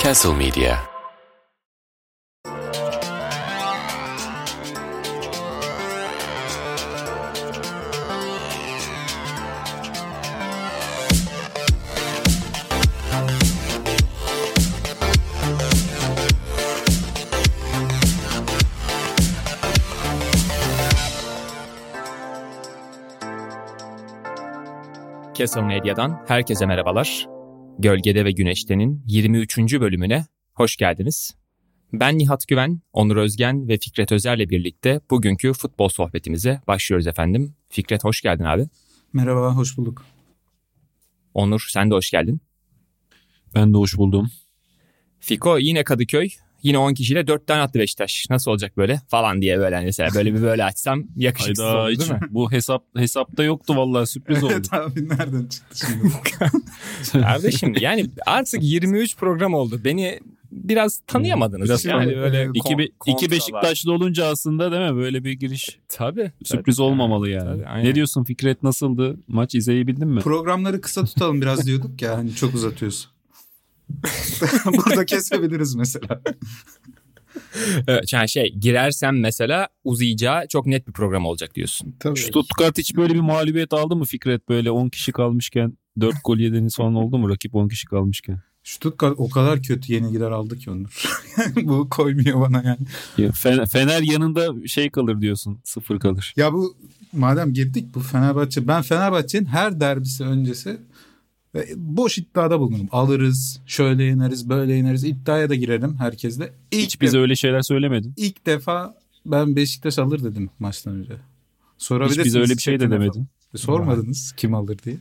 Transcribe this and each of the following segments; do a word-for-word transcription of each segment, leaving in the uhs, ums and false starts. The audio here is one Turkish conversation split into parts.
Castle Media. Castle Medya'dan herkese merhabalar. Gölgede ve Güneşte'nin yirmi üçüncü bölümüne hoş geldiniz. Ben Nihat Güven, Onur Özgen ve Fikret Özer'le birlikte bugünkü futbol sohbetimize başlıyoruz efendim. Fikret hoş geldin abi. Merhaba, hoş bulduk. Onur sen de hoş geldin. Ben de hoş buldum. Fiko yine Kadıköy, yine on kişiyle dört tane attı Beşiktaş. Nasıl olacak böyle falan diye böyle mesela böyle bir böyle açsam yakışıksız Hayda, olur değil mi? Bu hesap hesapta yoktu vallahi, sürpriz oldu. Evet abi, nereden çıktı şimdi? Kardeşim yani artık yirmi üç program oldu. Beni biraz tanıyamadınız. Biraz yani tanı- böyle Ee, İki, be- kon- iki Beşiktaşlı olunca aslında değil mi böyle bir giriş Tabii. sürpriz tabii. olmamalı yani. Tabii, aynen. Ne diyorsun Fikret, nasıldı? Maç izleyebildin mi? Programları kısa tutalım biraz diyorduk ya, hani çok uzatıyoruz. Burada kesebiliriz mesela. Evet, yani şey girersem mesela uzayacağı çok net bir program olacak diyorsun. Tabii. Stuttgart hiç böyle bir mağlubiyet aldı mı Fikret, böyle on kişi kalmışken dört gol yediniz falan oldu mu rakip on kişi kalmışken? Stuttgart o kadar kötü yenilgiler aldı ki Onur. Bu koymuyor bana yani. Ya, Fe- Fener yanında şey kalır diyorsun, sıfır kalır. Ya bu madem girdik bu Fenerbahçe. Ben Fenerbahçe'nin her derbisi öncesi boş iddiada bulunurum. Alırız, şöyle yeneriz, böyle yeneriz. İddiaya da girerim herkesle. İlk Hiç bize de- öyle şeyler söylemedin. İlk defa ben Beşiktaş alır dedim maçtan önce. Hiç Sorabilirsiniz. bize öyle bir şey de chatine demedin. falan. Sormadınız kim alır diye.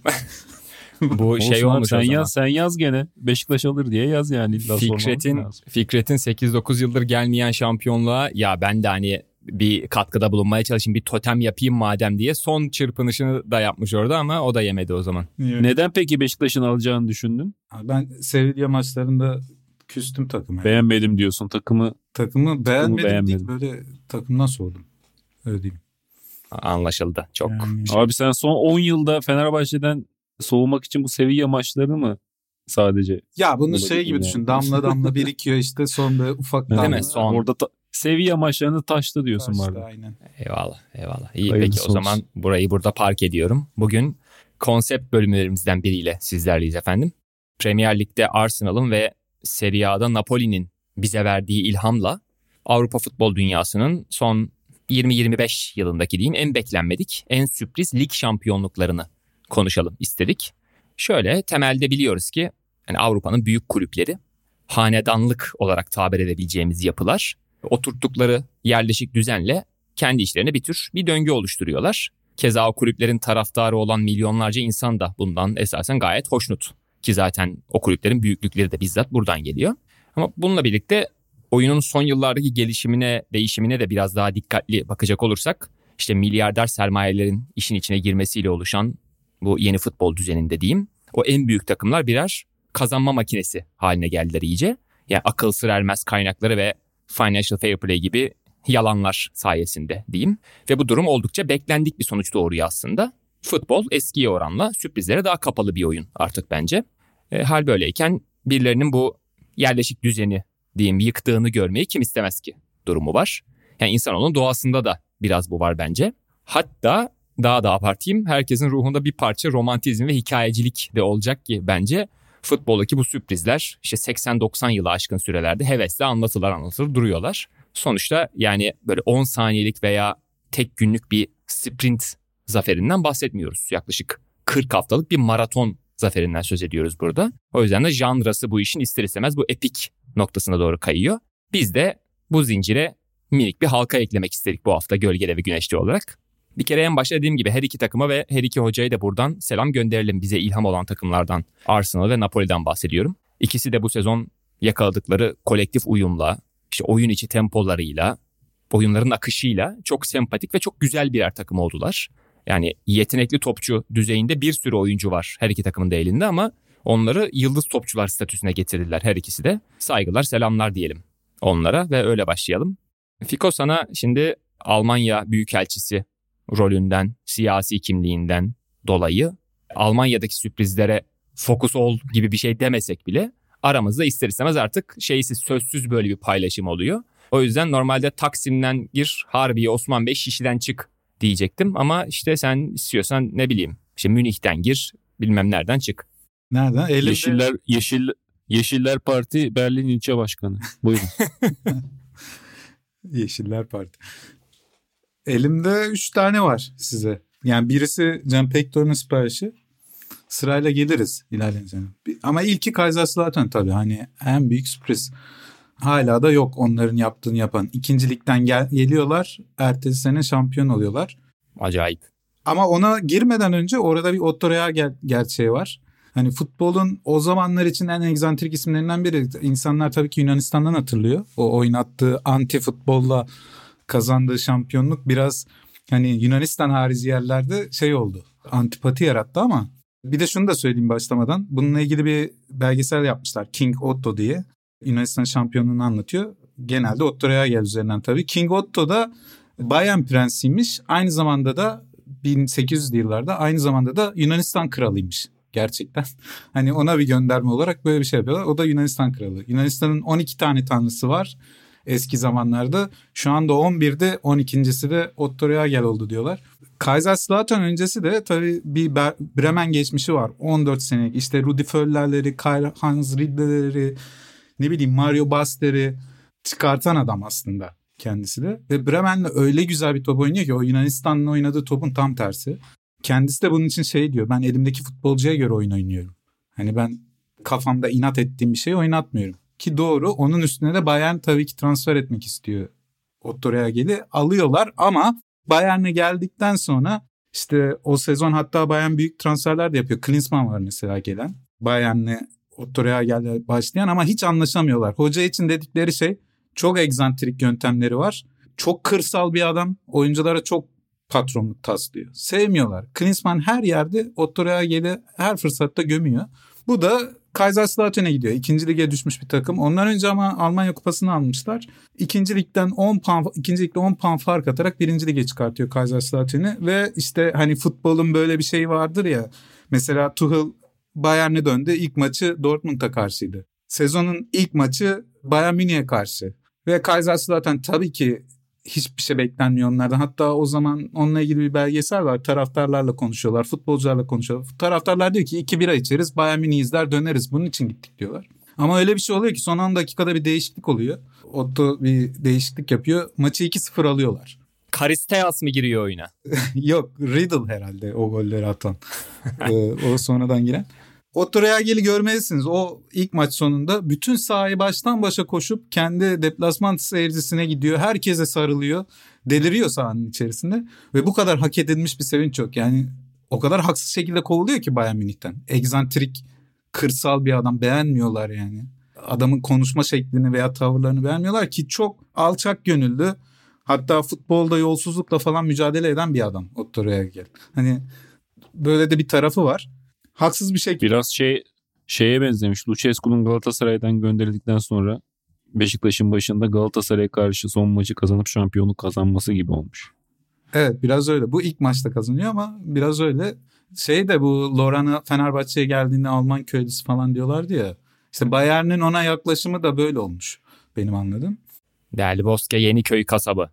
Bu Olsun şey abi, olmuş sen o zaman. yaz, sen yaz gene. Beşiktaş alır diye yaz yani. İlla sormamız Fikret'in lazım. Fikret'in sekiz dokuz yıldır gelmeyen şampiyonluğa ya ben de hani bir katkıda bulunmaya çalışayım, bir totem yapayım madem diye son çırpınışını da yapmış orada ama o da yemedi o zaman. Neden peki Beşiktaş'ın alacağını düşündün? Ben Sevilla maçlarında küstüm takıma. Beğenmedim diyorsun takımı. Takımı beğenmedim beğenmedim. değil, böyle takımdan soğudum. Öyle diyeyim. Anlaşıldı çok. Yani- Abi sen son on yılda Fenerbahçe'den soğumak için bu Sevilla maçlarını mı sadece? Ya bunu Olabilir şey gibi yani. düşün. Damla damla birikiyor işte, son böyle ufak Değil damla. mi? Son- Orada ta- Sevilla maçlarını taştı diyorsun Taştı, bari. aynen. Eyvallah eyvallah. İyi Hayırlısı peki o zaman olsun. burayı burada park ediyorum. Bugün konsept bölümlerimizden biriyle sizlerleyiz efendim. Premier Lig'de Arsenal'ın ve Serie A'da Napoli'nin bize verdiği ilhamla Avrupa futbol dünyasının son yirmi yirmi beş yılındaki diyeyim en beklenmedik, en sürpriz lig şampiyonluklarını konuşalım istedik. Şöyle temelde biliyoruz ki yani Avrupa'nın büyük kulüpleri hanedanlık olarak tabir edebileceğimiz yapılar oturttukları yerleşik düzenle kendi işlerine bir tür bir döngü oluşturuyorlar. Keza o kulüplerin taraftarı olan milyonlarca insan da bundan esasen gayet hoşnut. Ki zaten o kulüplerin büyüklükleri de bizzat buradan geliyor. Ama bununla birlikte oyunun son yıllardaki gelişimine, değişimine de biraz daha dikkatli bakacak olursak işte milyarder sermayelerin işin içine girmesiyle oluşan bu yeni futbol düzeninde diyeyim, o en büyük takımlar birer kazanma makinesi haline geldiler iyice. Yani akıl sır ermez kaynakları ve financial fair play gibi yalanlar sayesinde diyeyim. Ve bu durum oldukça beklendik bir sonuç doğuruyor aslında. Futbol eskiye oranla sürprizlere daha kapalı bir oyun artık bence. E, hal böyleyken birilerinin bu yerleşik düzeni diyeyim yıktığını görmeyi kim istemez ki durumu var. Yani insanoğlunun doğasında da biraz bu var bence. Hatta daha da abartayım, herkesin ruhunda bir parça romantizm ve hikayecilik de olacak ki bence futboldaki bu sürprizler işte seksen doksan yılı aşkın sürelerde hevesle anlatılır anlatılır duruyorlar. Sonuçta yani böyle on saniyelik veya tek günlük bir sprint zaferinden bahsetmiyoruz. Yaklaşık kırk haftalık bir maraton zaferinden söz ediyoruz burada. O yüzden de janrası bu işin ister istemez bu epik noktasına doğru kayıyor. Biz de bu zincire minik bir halka eklemek istedik bu hafta Gölgede ve Güneşte olarak. Bir kere en başta dediğim gibi her iki takıma ve her iki hocaya da buradan selam gönderelim. Bize ilham olan takımlardan Arsenal ve Napoli'den bahsediyorum. İkisi de bu sezon yakaladıkları kolektif uyumla, işte oyun içi tempolarıyla, oyunların akışıyla çok sempatik ve çok güzel birer takım oldular. Yani yetenekli topçu düzeyinde bir sürü oyuncu var her iki takımın da elinde ama onları yıldız topçular statüsüne getirdiler her ikisi de. Saygılar, selamlar diyelim onlara ve öyle başlayalım. Fiko, sana şimdi Almanya Büyükelçisi rolünden, siyasi kimliğinden dolayı Almanya'daki sürprizlere fokus ol gibi bir şey demesek bile aramızda ister istemez artık şeysiz sözsüz böyle bir paylaşım oluyor. O yüzden normalde Taksim'den gir, Harbiye, Osman Bey, Şişli'den çık diyecektim. Ama işte sen istiyorsan ne bileyim işte Münih'ten gir, bilmem nereden çık. Nereden? Elimde... Yeşiller, Yeşil, Yeşiller Parti Berlin İlçe Başkanı. Buyurun. Yeşiller Parti. Elimde üç tane var size. Yani birisi Can Pektor'un siparişi. Sırayla geliriz ilerleyen sene. Ama ilki Kaiserslautern tabii. Hani en büyük sürpriz. Hala da yok onların yaptığını yapan. İkinci ligden gel- geliyorlar. Ertesi sene şampiyon oluyorlar. Acayip. Ama ona girmeden önce orada bir Otto Reagel ger- gerçeği var. Hani futbolun o zamanlar için en egzantrik isimlerinden biri. İnsanlar tabii ki Yunanistan'dan hatırlıyor. O oynattığı anti futbolla kazandığı şampiyonluk biraz hani Yunanistan harici yerlerde şey oldu. Antipati yarattı ama bir de şunu da söyleyeyim başlamadan. Bununla ilgili bir belgesel yapmışlar. King Otto diye. Yunanistan şampiyonluğunu anlatıyor. Genelde Otto Reagel üzerinden tabii. King Otto da Bayern prensiymiş. Aynı zamanda da bin sekiz yüzlü yıllarda aynı zamanda da Yunanistan kralıymış. Gerçekten. Hani ona bir gönderme olarak böyle bir şey yapıyorlar. O da Yunanistan kralı. Yunanistan'ın on iki tane tanrısı var eski zamanlarda. Şu anda on birde on ikincisi de Otto Reagel oldu diyorlar. Kaiserslautern öncesi de tabii bir Bremen geçmişi var. on dört senelik işte Rudi Völler'leri, Karl-Heinz Riedle'leri, ne bileyim Mario Baster'i çıkartan adam aslında kendisi de. Ve Bremen'le öyle güzel bir top oynuyor ki o Yunanistan'la oynadığı topun tam tersi. Kendisi de bunun için şey diyor, ben elimdeki futbolcuya göre oyun oynuyorum. Hani ben kafamda inat ettiğim bir şeyi oynatmıyorum. Ki doğru, onun üstüne de Bayern tabii ki transfer etmek istiyor. Otto Reagel'i alıyorlar ama Bayern'e geldikten sonra işte o sezon hatta Bayern büyük transferler de yapıyor. Klinsmann var mesela gelen. Bayern'le Otto Reagel'le başlayan ama hiç anlaşamıyorlar. Hoca için dedikleri şey çok egzantrik yöntemleri var. Çok kırsal bir adam. Oyunculara çok patronluk taslıyor. Sevmiyorlar. Klinsmann her yerde Otto Reagel'i her fırsatta gömüyor. Bu da Kaiserslautern'e gidiyor. İkinci lige düşmüş bir takım. Ondan önce ama Almanya kupasını almışlar. İkinci ligden on puan, ikinci ligde on puan fark atarak birinci lige çıkartıyor Kaiserslautern'i. Ve işte hani futbolun böyle bir şeyi vardır ya. Mesela Tuchel Bayern'e döndü. İlk maçı Dortmund'a karşıydı. Sezonun ilk maçı Bayern Münih'e karşı. Ve Kaiserslautern tabii ki hiçbir şey beklenmiyor onlardan. Hatta o zaman onunla ilgili bir belgesel var. Taraftarlarla konuşuyorlar, futbolcularla konuşuyorlar. Taraftarlar diyor ki iki bira içeriz, Bayern Münih izler döneriz. Bunun için gittik diyorlar. Ama öyle bir şey oluyor ki son on dakikada bir değişiklik oluyor. Otto bir değişiklik yapıyor. Maçı iki sıfır alıyorlar. Karisteas mı giriyor oyuna? Yok, Riedle herhalde o golleri atan. ee, o sonradan giren. Otto Reagel'i görmelisiniz. O ilk maç sonunda bütün sahayı baştan başa koşup kendi deplasman seyircisine gidiyor. Herkese sarılıyor. Deliriyor sahanın içerisinde. Ve bu kadar hak edilmiş bir sevinç yok. Yani o kadar haksız şekilde kovuluyor ki Bayern Münih'ten. Egzantrik, kırsal bir adam, beğenmiyorlar yani. Adamın konuşma şeklini veya tavırlarını beğenmiyorlar ki çok alçak gönüllü. Hatta futbolda yolsuzlukla falan mücadele eden bir adam Otto Reagel. Hani böyle de bir tarafı var. Haksız bir şekilde. Biraz şey şeye benzemiş. Lucescu'nun Galatasaray'dan gönderildikten sonra Beşiktaş'ın başında Galatasaray'a karşı son maçı kazanıp şampiyonluk kazanması gibi olmuş. Evet, biraz öyle. Bu ilk maçta kazanıyor ama biraz öyle. Şey de bu Lorana Fenerbahçe'ye geldiğinde Alman köylüsü falan diyorlardı ya. İşte Bayern'in ona yaklaşımı da böyle olmuş benim anladığım. Değerli Boske Yeniköy kasabı.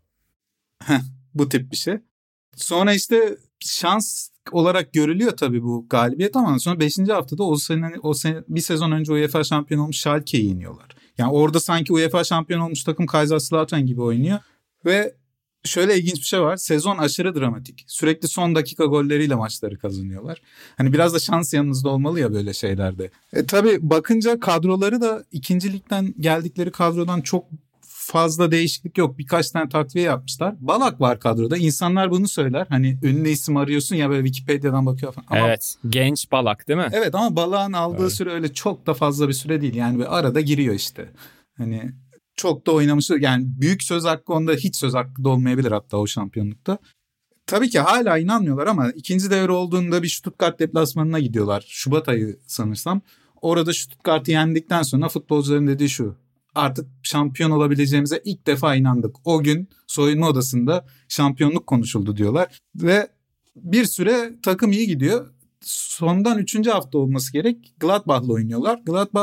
Bu tip bir şey. Sonra işte şans olarak görülüyor tabii bu galibiyet ama sonra beşinci haftada o sene, o sene bir sezon önce UEFA şampiyon olmuş Schalke'yi yeniyorlar. Yani orada sanki UEFA şampiyon olmuş takım Kaiserslautern gibi oynuyor ve şöyle ilginç bir şey var. Sezon aşırı dramatik. Sürekli son dakika golleriyle maçları kazanıyorlar. Hani biraz da şans yanınızda olmalı ya böyle şeylerde. E tabii bakınca kadroları da ikinci ligden geldikleri kadrodan çok fazla değişiklik yok. Birkaç tane takviye yapmışlar. Balak var kadroda. İnsanlar bunu söyler. Hani ünlü isim arıyorsun ya böyle Wikipedia'dan bakıyor falan. Ama, evet. Genç Balak değil mi? Evet ama Balak'ın aldığı evet. süre öyle çok da fazla bir süre değil. Yani bir arada giriyor işte. Hani çok da oynamış. Yani büyük söz hakkı onda hiç söz hakkı da olmayabilir hatta o şampiyonlukta. Tabii ki hala inanmıyorlar ama ikinci devre olduğunda bir Stuttgart deplasmanına gidiyorlar. Şubat ayı sanırsam. Orada Stuttgart'ı yendikten sonra futbolcuların dediği şu. Artık şampiyon olabileceğimize ilk defa inandık. O gün soyunma odasında şampiyonluk konuşuldu diyorlar. Ve bir süre takım iyi gidiyor. Sondan üçüncü hafta olması gerek. Gladbach'la oynuyorlar. Gladbach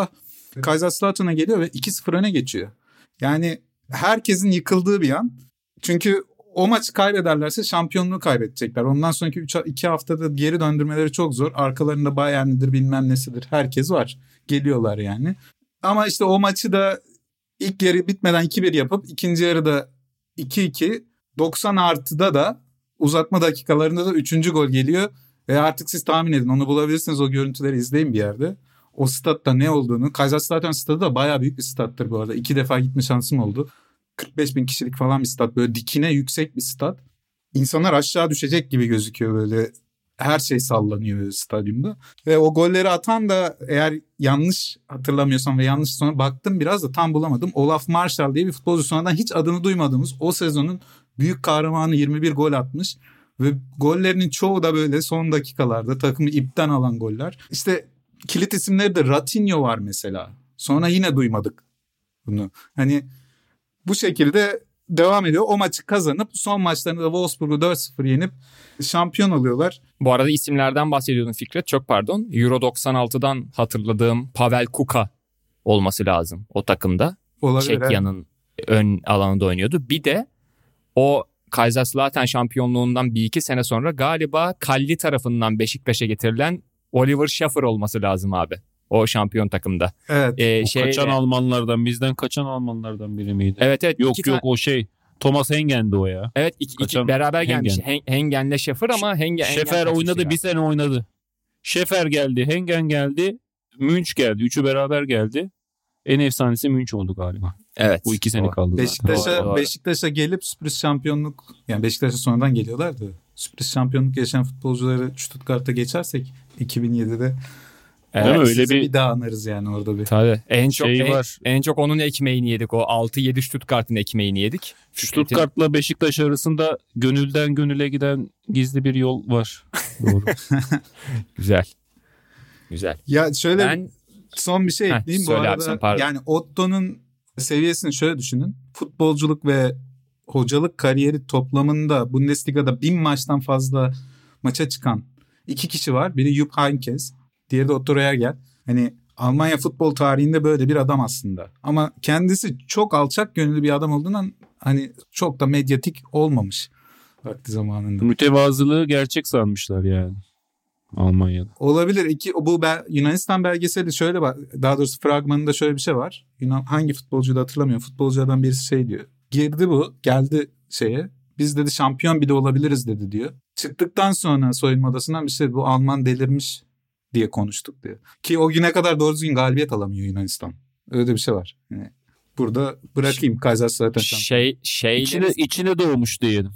Kaiserslautern'a geliyor ve iki sıfır öne geçiyor. Yani herkesin yıkıldığı bir an. Çünkü o maçı kaybederlerse şampiyonluğu kaybedecekler. Ondan sonraki üç iki haftada geri döndürmeleri çok zor. Arkalarında Bayern'idir bilmem nesidir. Herkes var. Geliyorlar yani. Ama işte o maçı da ilk yarı bitmeden iki bir yapıp ikinci yarıda iki iki doksan artıda da uzatma dakikalarında da üçüncü gol geliyor. Ve artık siz tahmin edin, onu bulabilirsiniz, o görüntüleri izleyin bir yerde. O statta ne olduğunu. Kaiserslautern stadı da bayağı büyük bir stattır bu arada. İki defa gitme şansım oldu. kırk beş bin kişilik falan bir stat. Böyle dikine yüksek bir stat. İnsanlar aşağı düşecek gibi gözüküyor böyle. Her şey sallanıyor böyle stadyumda. Ve o golleri atan da, eğer yanlış hatırlamıyorsam ve yanlış sonra baktım biraz da tam bulamadım. Olaf Marschall diye bir futbolcu, sonradan hiç adını duymadığımız, o sezonun büyük kahramanı, yirmi bir gol atmış. Ve gollerinin çoğu da böyle son dakikalarda takımı ipten alan goller. İşte kilit isimleri de Ratinho var mesela. Sonra yine duymadık bunu. Hani bu şekilde devam ediyor. O maçı kazanıp son maçlarında da Wolfsburg'u dört sıfır yenip şampiyon oluyorlar. Bu arada isimlerden bahsediyordun Fikret, çok pardon. Euro doksan altıdan hatırladığım Pavel Kuka olması lazım o takımda. Olabilir, Çekya'nın evet. ön alanında oynuyordu. Bir de o Kaiserslautern şampiyonluğundan bir iki sene sonra galiba Kalli tarafından Beşiktaş'a getirilen Oliver Schaffer olması lazım abi. O şampiyon takımda. Evet. Ee, o şeyle... kaçan Almanlardan, bizden kaçan Almanlardan biri miydi? Evet evet. Yok yok ta... o şey Thomas Hengen'di o ya. Evet iki, iki beraber gelmiş. Hengen. Hengen'le Schaffer ama Hengen. Schaffer oynadı, bir sene oynadı. Schaffer geldi, Hengen geldi, Münch geldi. Üçü beraber geldi. En efsanesi Münch oldu galiba. Evet. Bu iki sene o. kaldı Beşiktaş'a, zaten. Beşiktaş'a gelip sürpriz şampiyonluk, yani Beşiktaş'a sonradan geliyorlardı. Sürpriz şampiyonluk yaşayan futbolcuları Stuttgart'a geçersek iki bin yedide evet, öyle bir, bir daha anarız yani orada bir. Tabii. En çok şey en, var. En çok onun ekmeğini yedik. O altı yedi Stuttgart'ın ekmeğini yedik. Stuttgart'la Beşiktaş arasında gönülden gönüle giden gizli bir yol var. Doğru. Güzel. Güzel. Ya şöyle ben... son bir şey ekleyeyim bu arada. Abi, yani Otto'nun seviyesini şöyle düşünün. Futbolculuk ve hocalık kariyeri toplamında Bundesliga'da bin maçtan fazla maça çıkan iki kişi var. Biri Jupp Heynckes, diğeri de Otto Rehagel. Hani Almanya futbol tarihinde böyle bir adam aslında. Ama kendisi çok alçak gönüllü bir adam olduğundan hani çok da medyatik olmamış vakti zamanında. Mütevazılığı gerçek sanmışlar yani Almanya'da. Olabilir. İki, bu Yunanistan belgeseli şöyle bak, daha doğrusu fragmanında şöyle bir şey var. Yunan, hangi futbolcuyu da hatırlamıyorum. Futbolculardan birisi şey diyor. Girdi bu, geldi şeye. Biz dedi şampiyon bile olabiliriz dedi diyor. Çıktıktan sonra soyunma odasından bir şey, bu Alman delirmiş diye konuştuk diyor. Ki o güne kadar doğru düzgün galibiyet alamıyor Yunanistan. Öyle bir şey var. Yani burada bırakayım Kaiserslautern şampiyon. Şey, şeyleri... içine, içine doğmuş diyelim.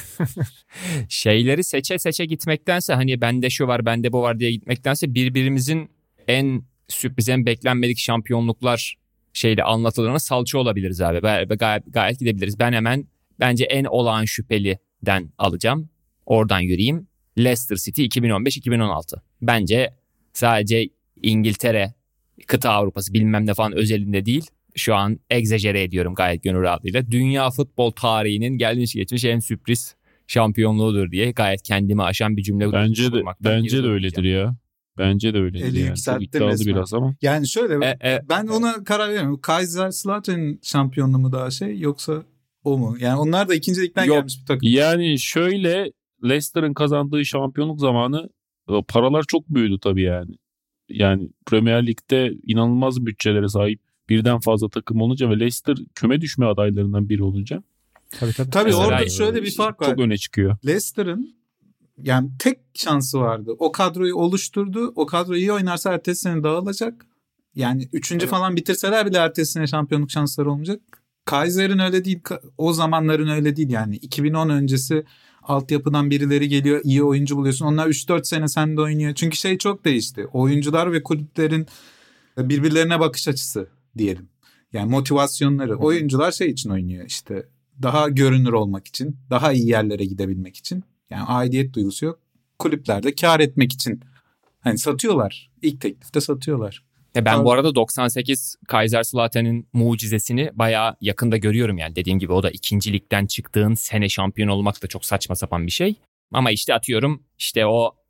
Şeyleri seçe seçe gitmektense, hani bende şu var bende bu var diye gitmektense, birbirimizin en sürpriz, en beklenmedik şampiyonluklar şeyle anlatıldığına salça olabiliriz abi. Gayet, gayet gidebiliriz. Ben hemen bence en olağan şüpheliden alacağım. Oradan yürüyeyim. Leicester City iki bin on beş iki bin on altı. Bence sadece İngiltere, kıta Avrupası bilmem ne falan özelinde değil. Şu an egzajere ediyorum gayet gönül rahatlığıyla. Dünya futbol tarihinin gelmiş geçmiş en sürpriz şampiyonluğudur diye gayet kendimi aşan bir cümle. Bence de bence de öyledir ya. Bence de öyledir Eli yani. Çok iddialı resmen. Biraz ama. Yani şöyle e, e, ben ona karar veremiyorum. Kaiserslautern şampiyonluğu mu daha şey, yoksa o mu? Yani onlar da ikinci ligden Yok, gelmiş bir takım. Yani şöyle, Leicester'ın kazandığı şampiyonluk zamanı paralar çok büyüdü tabii yani. Yani Premier Lig'de inanılmaz bütçelere sahip birden fazla takım olunca ve Leicester küme düşme adaylarından biri olunca. Tabii tabii. Tabii orada şöyle bir fark var. Çok öne çıkıyor. Leicester'ın yani tek şansı vardı. O kadroyu oluşturdu. O kadro iyi oynarsa ertesi sene dağılacak. Yani üçüncü evet. falan bitirseler bile ertesi sene şampiyonluk şansları olmayacak. Kaiser'in öyle değil. O zamanların öyle değil yani. iki bin on öncesi altyapıdan birileri geliyor. İyi oyuncu buluyorsun. Onlar üç dört sene sende oynuyor. Çünkü şey çok değişti. Oyuncular ve kulüplerin birbirlerine bakış açısı diyelim. Yani motivasyonları. Oyuncular şey için oynuyor işte. Daha görünür olmak için. Daha iyi yerlere gidebilmek için. Yani aidiyet duygusu yok. Kulüplerde kar etmek için. Hani satıyorlar. İlk teklifte satıyorlar. Ya ben bu arada doksan sekiz Kaiserslautern'in mucizesini bayağı yakında görüyorum yani. Dediğim gibi o da ikinci ligden çıktığın sene şampiyon olmak da çok saçma sapan bir şey. Ama işte atıyorum işte o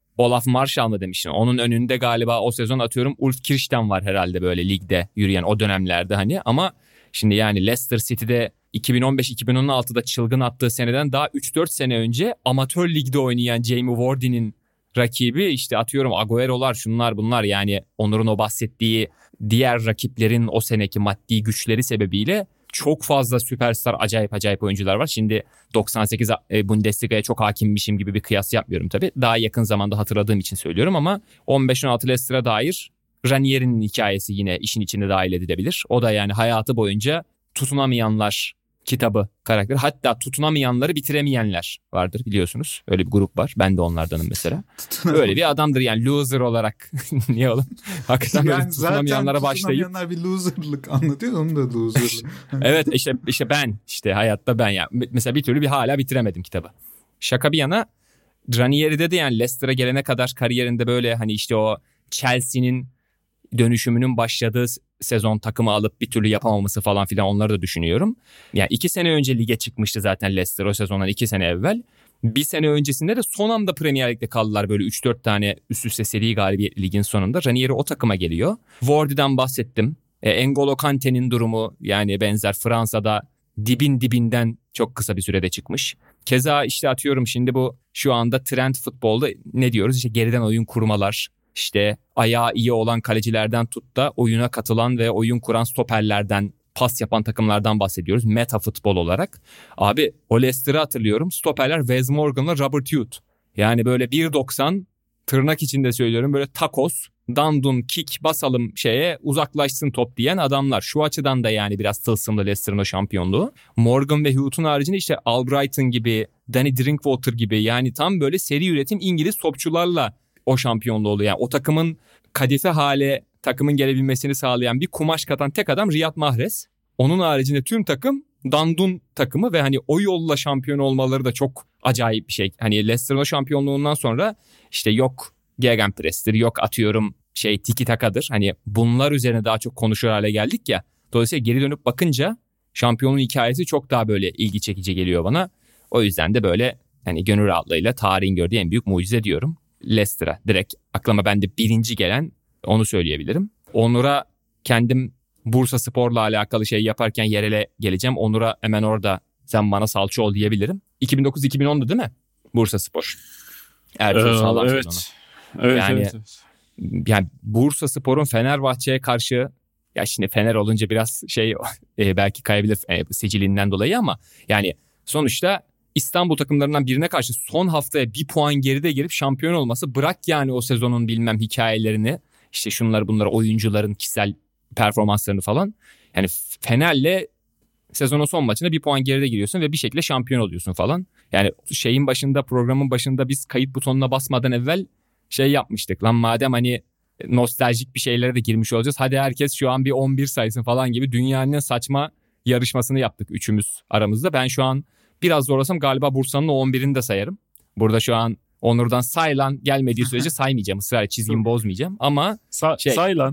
Olaf Marschall mı demiştin? Onun önünde galiba o sezon atıyorum Ulf Kirsten var herhalde böyle ligde yürüyen o dönemlerde hani. Ama şimdi yani Leicester City'de iki bin on beş iki bin on altıda çılgın attığı seneden daha üç dört sene önce amatör ligde oynayan Jamie Vardy'nin rakibi işte atıyorum Agüero'lar şunlar bunlar, yani Onur'un o bahsettiği diğer rakiplerin o seneki maddi güçleri sebebiyle çok fazla süperstar, acayip acayip oyuncular var. Şimdi doksan sekiz Bundesliga'ya çok hakimmişim gibi bir kıyas yapmıyorum tabii. Daha yakın zamanda hatırladığım için söylüyorum ama on beş on altı Leicester'a dair Ranieri'nin hikayesi yine işin içine dahil edilebilir. O da yani hayatı boyunca tutunamayanlar kitabı karakteri. Hatta tutunamayanları bitiremeyenler vardır biliyorsunuz. Öyle bir grup var. Ben de onlardanım mesela. Öyle bir adamdır yani loser olarak. Niye oğlum? Hakikaten böyle yani tutunamayanlara başlayıp. Tutunamayanlar bir loserlık anlatıyor. Onun da loserlık. Evet işte işte ben işte hayatta ben ya. Mesela bir türlü bir hala bitiremedim kitabı. Şaka bir yana Ranieri'de de yani Leicester'a gelene kadar kariyerinde böyle hani işte o Chelsea'nin dönüşümünün başladığı sezon takımı alıp bir türlü yapamaması falan filan, onları da düşünüyorum. Yani iki sene önce lige çıkmıştı zaten Leicester o sezondan iki sene evvel. Bir sene öncesinde de son anda Premier Lig'de kaldılar böyle üç dört tane üst üste seri galibiyet ligin sonunda. Ranieri o takıma geliyor. Vardy'den bahsettim. E, N'Golo Kante'nin durumu yani benzer, Fransa'da dibin dibinden çok kısa bir sürede çıkmış. Keza işte atıyorum şimdi bu şu anda trend futbolda ne diyoruz? İşte geriden oyun kurmalar. İşte ayağı iyi olan kalecilerden tut da oyuna katılan ve oyun kuran stoperlerden, pas yapan takımlardan bahsediyoruz. Meta futbol olarak. Abi o Leicester'ı hatırlıyorum. Stoperler Wes Morgan'la Robert Hughes. Yani böyle bir doksan tırnak içinde söylüyorum böyle takos, dandun, kick basalım şeye uzaklaşsın top diyen adamlar. Şu açıdan da yani biraz tılsımlı Leicester'ın o şampiyonluğu. Morgan ve Hughes'un haricinde işte Albrighton gibi, Danny Drinkwater gibi yani tam böyle seri üretim İngiliz topçularla o şampiyonluğu oluyor. Yani o takımın kadife hale, takımın gelebilmesini sağlayan bir kumaş katan tek adam Riyad Mahrez. Onun haricinde tüm takım dandun takımı ve hani o yolla şampiyon olmaları da çok acayip bir şey. Hani Leicester'ın o şampiyonluğundan sonra işte yok gegenpress'tir, yok atıyorum şey tiki takadır. Hani bunlar üzerine daha çok konuşur hale geldik ya. Dolayısıyla geri dönüp bakınca şampiyonun hikayesi çok daha böyle ilgi çekici geliyor bana. O yüzden de böyle hani gönül rahatlığıyla tarihin gördüğü en büyük mucize diyorum. Leicester'a direkt aklıma bende birinci gelen onu söyleyebilirim. Onur'a kendim Bursa Spor'la alakalı şey yaparken yerele geleceğim. Onur'a hemen orada sen bana salça ol diyebilirim. iki bin dokuz iki bin ondu değil mi? Bursa Spor. Ertuğrul Sağlam evet. sezonu. Evet, yani, evet, evet. Yani Bursa Spor'un Fenerbahçe'ye karşı, ya şimdi Fener olunca biraz şey e, belki kayabilir e, sicilinden dolayı ama yani sonuçta İstanbul takımlarından birine karşı son haftaya bir puan geride girip şampiyon olması, bırak yani o sezonun bilmem hikayelerini, işte şunları bunları, oyuncuların kişisel performanslarını falan. Yani Fener'le sezonun son maçında bir puan geride giriyorsun ve bir şekilde şampiyon oluyorsun falan. Yani şeyin başında, programın başında biz kayıt butonuna basmadan evvel şey yapmıştık. Lan madem hani nostaljik bir şeylere de girmiş olacağız, hadi herkes şu an bir on bir saysın falan gibi dünyanın en saçma yarışmasını yaptık üçümüz aramızda. Ben şu an biraz zorlasam galiba Bursa'nın o on birini de sayarım. Burada şu an Onur'dan saylan gelmediği sürece saymayacağım. Israr çizgimi bozmayacağım ama Sa- şey. Saylan.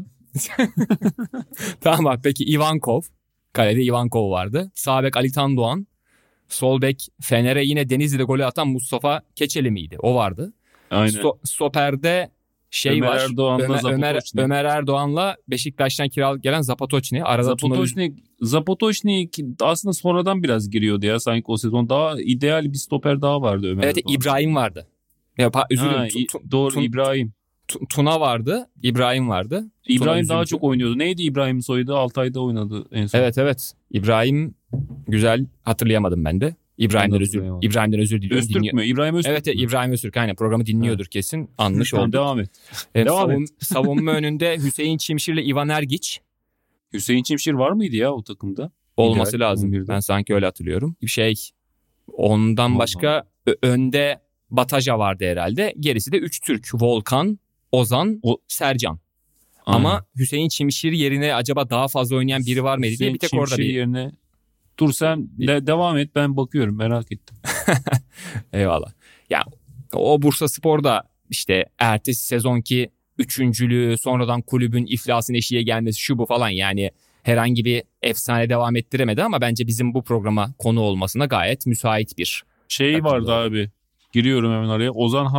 Tamam peki Ivankov. Kalede Ivankov vardı. Sağ bek Ali Tan Doğan. Sol bek Fener'e yine Denizli'de golü atan Mustafa Keçeli miydi? O vardı. Aynen. Sto- stoper'de şey Ömer var. Erdoğan'la Ömer, Ömer, Zapatoçnik. Ömer Erdoğan'la Beşiktaş'tan kiralık gelen Zapatoçnik. Arada Zapatoçnik, Zapatoçnik aslında sonradan biraz giriyordu ya. Sanki o sezon daha ideal bir stoper daha vardı Ömer Evet, Erdoğan. İbrahim vardı. Ya, üzülüm. Ha, tu, tu, doğru Tun, İbrahim. Tuna vardı. İbrahim vardı. İbrahim Tuna daha üzüldü. çok oynuyordu. Neydi İbrahim'in soyadı? Altay'da oynadı en son. Evet evet. İbrahim güzel, hatırlayamadım ben de. İbrahim'den özür İbrahim'den özür diliyorum. Öztürk Dinliyor. mü? İbrahim Öztürk Evet, mü? İbrahim Öztürk aynen programı dinliyordur evet. Kesin. Anmış tamam, olduk. Devam et. Evet, devam savun, et. savunma önünde Hüseyin Çimşir'le İvan Ergiç. Hüseyin Çimşir var mıydı ya o takımda? Olması İdeal, lazım. on birde. Ben sanki öyle hatırlıyorum. Şey ondan Allah. başka ö- önde Bataja vardı herhalde. Gerisi de üç Türk. Volkan, Ozan, o, Sercan. Aynen. Ama Hüseyin Çimşir yerine acaba daha fazla oynayan biri var mıydı diye bir tek Çimşir orada bir... yerine... Dur sen de devam et, ben bakıyorum, merak ettim. Eyvallah. Ya o Bursa Spor'da işte ertesi sezonki üçüncülüğü, sonradan kulübün iflasın eşiğe gelmesi, şu bu falan, yani herhangi bir efsane devam ettiremedi ama bence bizim bu programa konu olmasına gayet müsait bir şey takımda vardı oldu. Abi. Giriyorum hemen araya. Ozan Has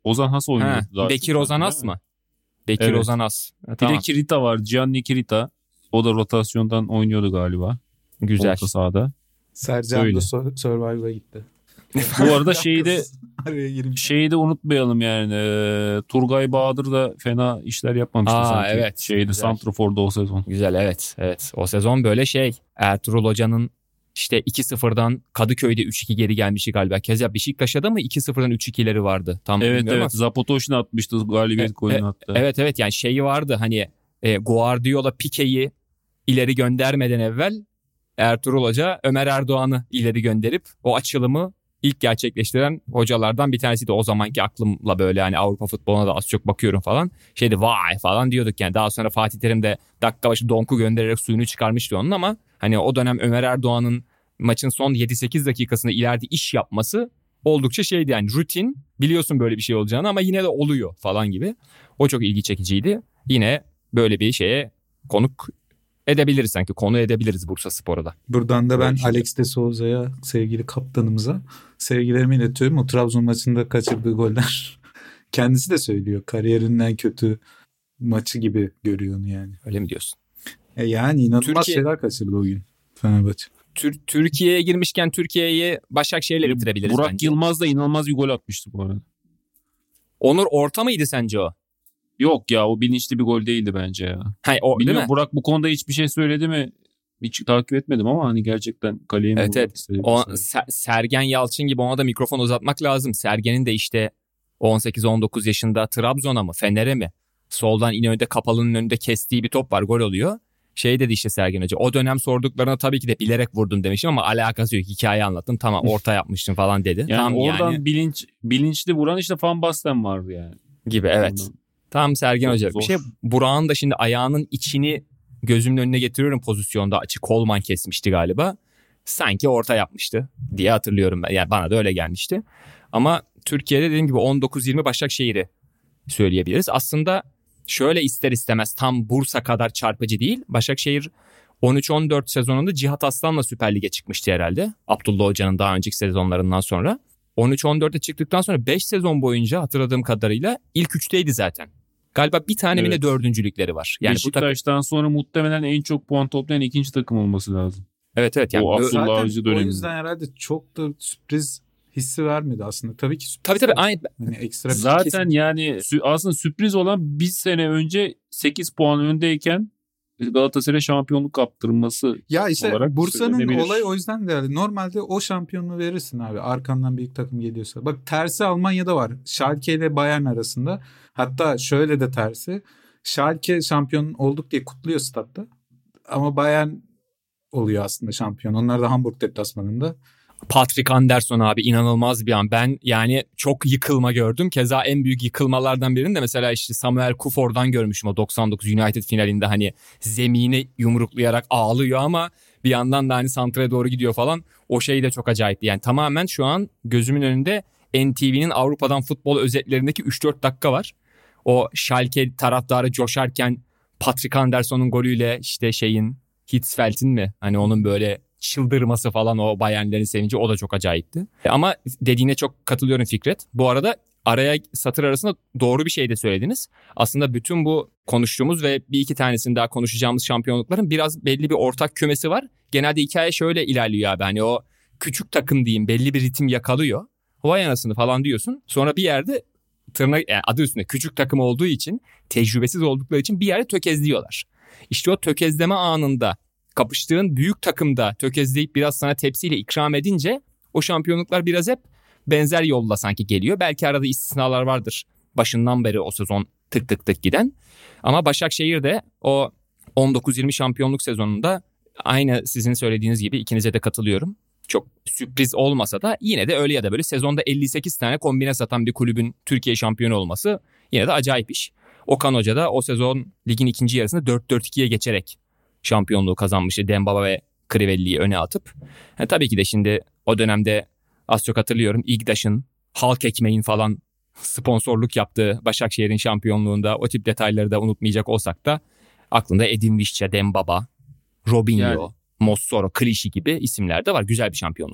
Ozan Has oynuyordu. Ha, Bekir Ozan Has mı? Bekir evet. Ozan Has. Ha, tamam. Bir de Kirita var. Gianni Kirita. O da rotasyondan oynuyordu galiba. Güzel. Orta sahada. Sercan da Survivor'a gitti. Bu arada şeyi de şeyi de unutmayalım yani. E, Turgay Bahadır da fena işler yapmamıştı Aa, sanki. Evet. Şeydi Santrafor'da o sezon. Güzel evet. Evet. O sezon böyle şey. Ertuğrul Hoca'nın işte iki sıfırdan Kadıköy'de üç iki geri gelmişti galiba. Keza Beşiktaş'ta da mı iki sıfırdan üç ikileri vardı? Tam evet evet. Zapotoş'un atmıştı galibiyet e, golünü e, hatta. Evet evet yani şeyi vardı hani e, Guardiola Pique'yi ileri göndermeden evvel Ertuğrul Hoca Ömer Erdoğan'ı ileri gönderip o açılımı ilk gerçekleştiren hocalardan bir tanesiydi. O zamanki aklımla böyle hani Avrupa futboluna da az çok bakıyorum falan. Şeydi vay falan diyorduk yani. Daha sonra Fatih Terim de dakika başı Donk'u göndererek suyunu çıkarmıştı onun ama hani o dönem Ömer Erdoğan'ın maçın son yedi sekiz dakikasında ileride iş yapması oldukça şeydi yani rutin. Biliyorsun böyle bir şey olacağını ama yine de oluyor falan gibi. O çok ilgi çekiciydi. Yine böyle bir şeye konuk edebiliriz sanki. Konu edebiliriz Bursaspor'a da. Buradan da ben böyle Alex de Souza'ya, sevgili kaptanımıza sevgilerimi iletiyorum. O Trabzon maçında kaçırdığı goller kendisi de söylüyor. Kariyerinin en kötü maçı gibi görüyor onu yani. Öyle mi diyorsun? E yani inanılmaz Türkiye... şeyler kaçırdı o gün Fenerbahçe. Tür- Türkiye'ye girmişken Türkiye'yi Başakşehir'le bitirebiliriz Burak bence. Yılmaz da inanılmaz bir gol atmıştı bu arada. Onur orta mıydı sence o? Yok ya o bilinçli bir gol değildi bence ya. Hay, o, Bilmiyorum değil mi? Burak bu konuda hiçbir şey söyledi mi? Hiç takip etmedim ama hani gerçekten kaleye mi? Evet evet. O, Ser- Sergen Yalçın gibi ona da mikrofon uzatmak lazım. Sergen'in de işte on sekiz on dokuz yaşında Trabzon'a mı Fener'e mi? Soldan İnönü'de kapalının önünde kestiği bir top var, gol oluyor. Şey dedi işte Sergen Hoca, o dönem sorduklarına tabii ki de bilerek vurdum demişim ama alakası yok. Hikaye anlattım, tamam orta yapmıştım falan dedi. Yani tam oradan yani... bilinç bilinçli vuran işte Van Basten vardı yani. Gibi evet. Ondan. Tam Sergen Hoca. Bir şey Burak'ın da şimdi ayağının içini gözümün önüne getiriyorum pozisyonda, açık Kolman kesmişti galiba. Sanki orta yapmıştı diye hatırlıyorum ben. Yani bana da öyle gelmişti. Ama Türkiye'de dediğim gibi on dokuz yirmi Başakşehir'i söyleyebiliriz. Aslında şöyle ister istemez tam Bursa kadar çarpıcı değil. Başakşehir on üç on dört sezonunda Cihat Aslan'la Süper Lig'e çıkmıştı herhalde. Abdullah Hoca'nın daha önceki sezonlarından sonra. on üç on dörtte çıktıktan sonra beş sezon boyunca hatırladığım kadarıyla ilk üçteydi zaten. Galiba bir tane evet. bile dördüncülükleri var. Yani Beşiktaş'tan takım... sonra muhtemelen en çok puan toplayan ikinci takım olması lazım. Evet evet. Yani o Abdullah Avcı döneminde. O yüzden herhalde çok da sürpriz hissi vermedi aslında. Tabii ki sürpriz. Tabii tabii. Aynı. Yani ekstra zaten kesin. Yani aslında sürpriz olan bir sene önce sekiz puan öndeyken Galatasaray şampiyonluk kaptırması ya işte olarak Bursa'nın olayı o yüzden de normalde o şampiyonluğu verirsin abi. Arkandan büyük takım geliyorsa. Bak tersi Almanya'da var. Schalke ile Bayern arasında. Hatta şöyle de tersi. Schalke şampiyon olduk diye kutluyor statta. Ama Bayern oluyor aslında şampiyon. Onlar da Hamburg deplasmanında. Patrick Anderson abi inanılmaz bir an. Ben yani çok yıkılma gördüm. Keza en büyük yıkılmalardan birini de mesela işte Samuel Kufor'dan görmüşüm o doksan dokuz United finalinde, hani zemini yumruklayarak ağlıyor ama bir yandan da hani santraya doğru gidiyor falan. O şey de çok acayipti. Yani tamamen şu an gözümün önünde N T V'nin Avrupa'dan futbol özetlerindeki üç dört dakika var. O Schalke taraftarı coşarken Patrick Anderson'un golüyle işte şeyin Hitzfeld'in mi? Hani onun böyle çıldırması falan, o Bayernlerin sevinci, o da çok acayipti. Ama dediğine çok katılıyorum Fikret. Bu arada araya satır arasında doğru bir şey de söylediniz. Aslında bütün bu konuştuğumuz ve bir iki tanesini daha konuşacağımız şampiyonlukların biraz belli bir ortak kümesi var. Genelde hikaye şöyle ilerliyor abi. Hani o küçük takım diyeyim belli bir ritim yakalıyor. Vay anasını falan diyorsun. Sonra bir yerde tırnak yani adı üstünde küçük takım olduğu için, tecrübesiz oldukları için bir yerde tökezliyorlar. İşte o tökezleme anında kapıştığın büyük takımda tökezleyip biraz sana tepsiyle ikram edince o şampiyonluklar biraz hep benzer yolla sanki geliyor. Belki arada istisnalar vardır. Başından beri o sezon tık tık tık giden. Ama Başakşehir de o on dokuz yirmi şampiyonluk sezonunda aynı sizin söylediğiniz gibi, ikinize de katılıyorum. Çok sürpriz olmasa da yine de öyle ya da böyle sezonda elli sekiz tane kombine satan bir kulübün Türkiye şampiyonu olması yine de acayip iş. Okan Hoca da o sezon ligin ikinci yarısında dört dört ikiye geçerek şampiyonluğu kazanmıştı. Dembaba ve Crivelli'yi öne atıp. Yani tabii ki de şimdi o dönemde az çok hatırlıyorum İGDAŞ'ın, Halk Ekmeğin falan sponsorluk yaptığı Başakşehir'in şampiyonluğunda o tip detayları da unutmayacak olsak da aklında Edin Visca, Dembaba, Robinho, yani. Mossoro, Clichy gibi isimler de var. Güzel bir şampiyonluktu.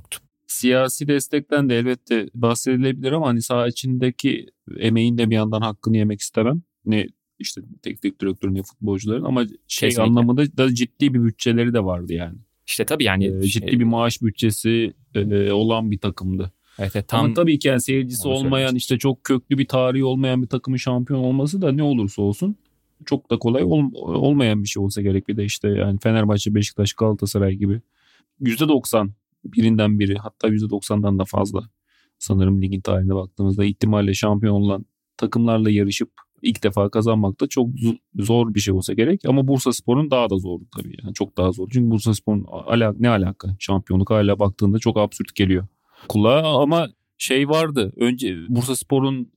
Siyasi destekten de elbette bahsedilebilir ama hani saha içindeki emeğin de bir yandan hakkını yemek istemem. Ne işte teknik direktörün ne futbolcuların ama şey Kesinlikle. anlamında da ciddi bir bütçeleri de vardı yani. İşte tabii yani. Ee, ciddi bir maaş bütçesi e, olan bir takımdı. Evet, evet, tam ama tabii ki yani seyircisi olmayan söylemiştim. işte çok köklü bir tarihi olmayan bir takımın şampiyon olması da ne olursa olsun çok da kolay ol, olmayan bir şey olsa gerek. Bir de işte yani Fenerbahçe, Beşiktaş, Galatasaray gibi yüzde doksan birinden biri hatta yüzde doksandan da fazla sanırım ligin tarihine baktığımızda ihtimalle şampiyon olan takımlarla yarışıp ilk defa kazanmak da çok zor bir şey olsa gerek. Ama Bursaspor'un daha da zordu tabii. Yani çok daha zor. Çünkü Bursaspor'un ala, ne alaka? Şampiyonluk hala baktığında çok absürt geliyor kulağa ama şey vardı. Önce Bursaspor'un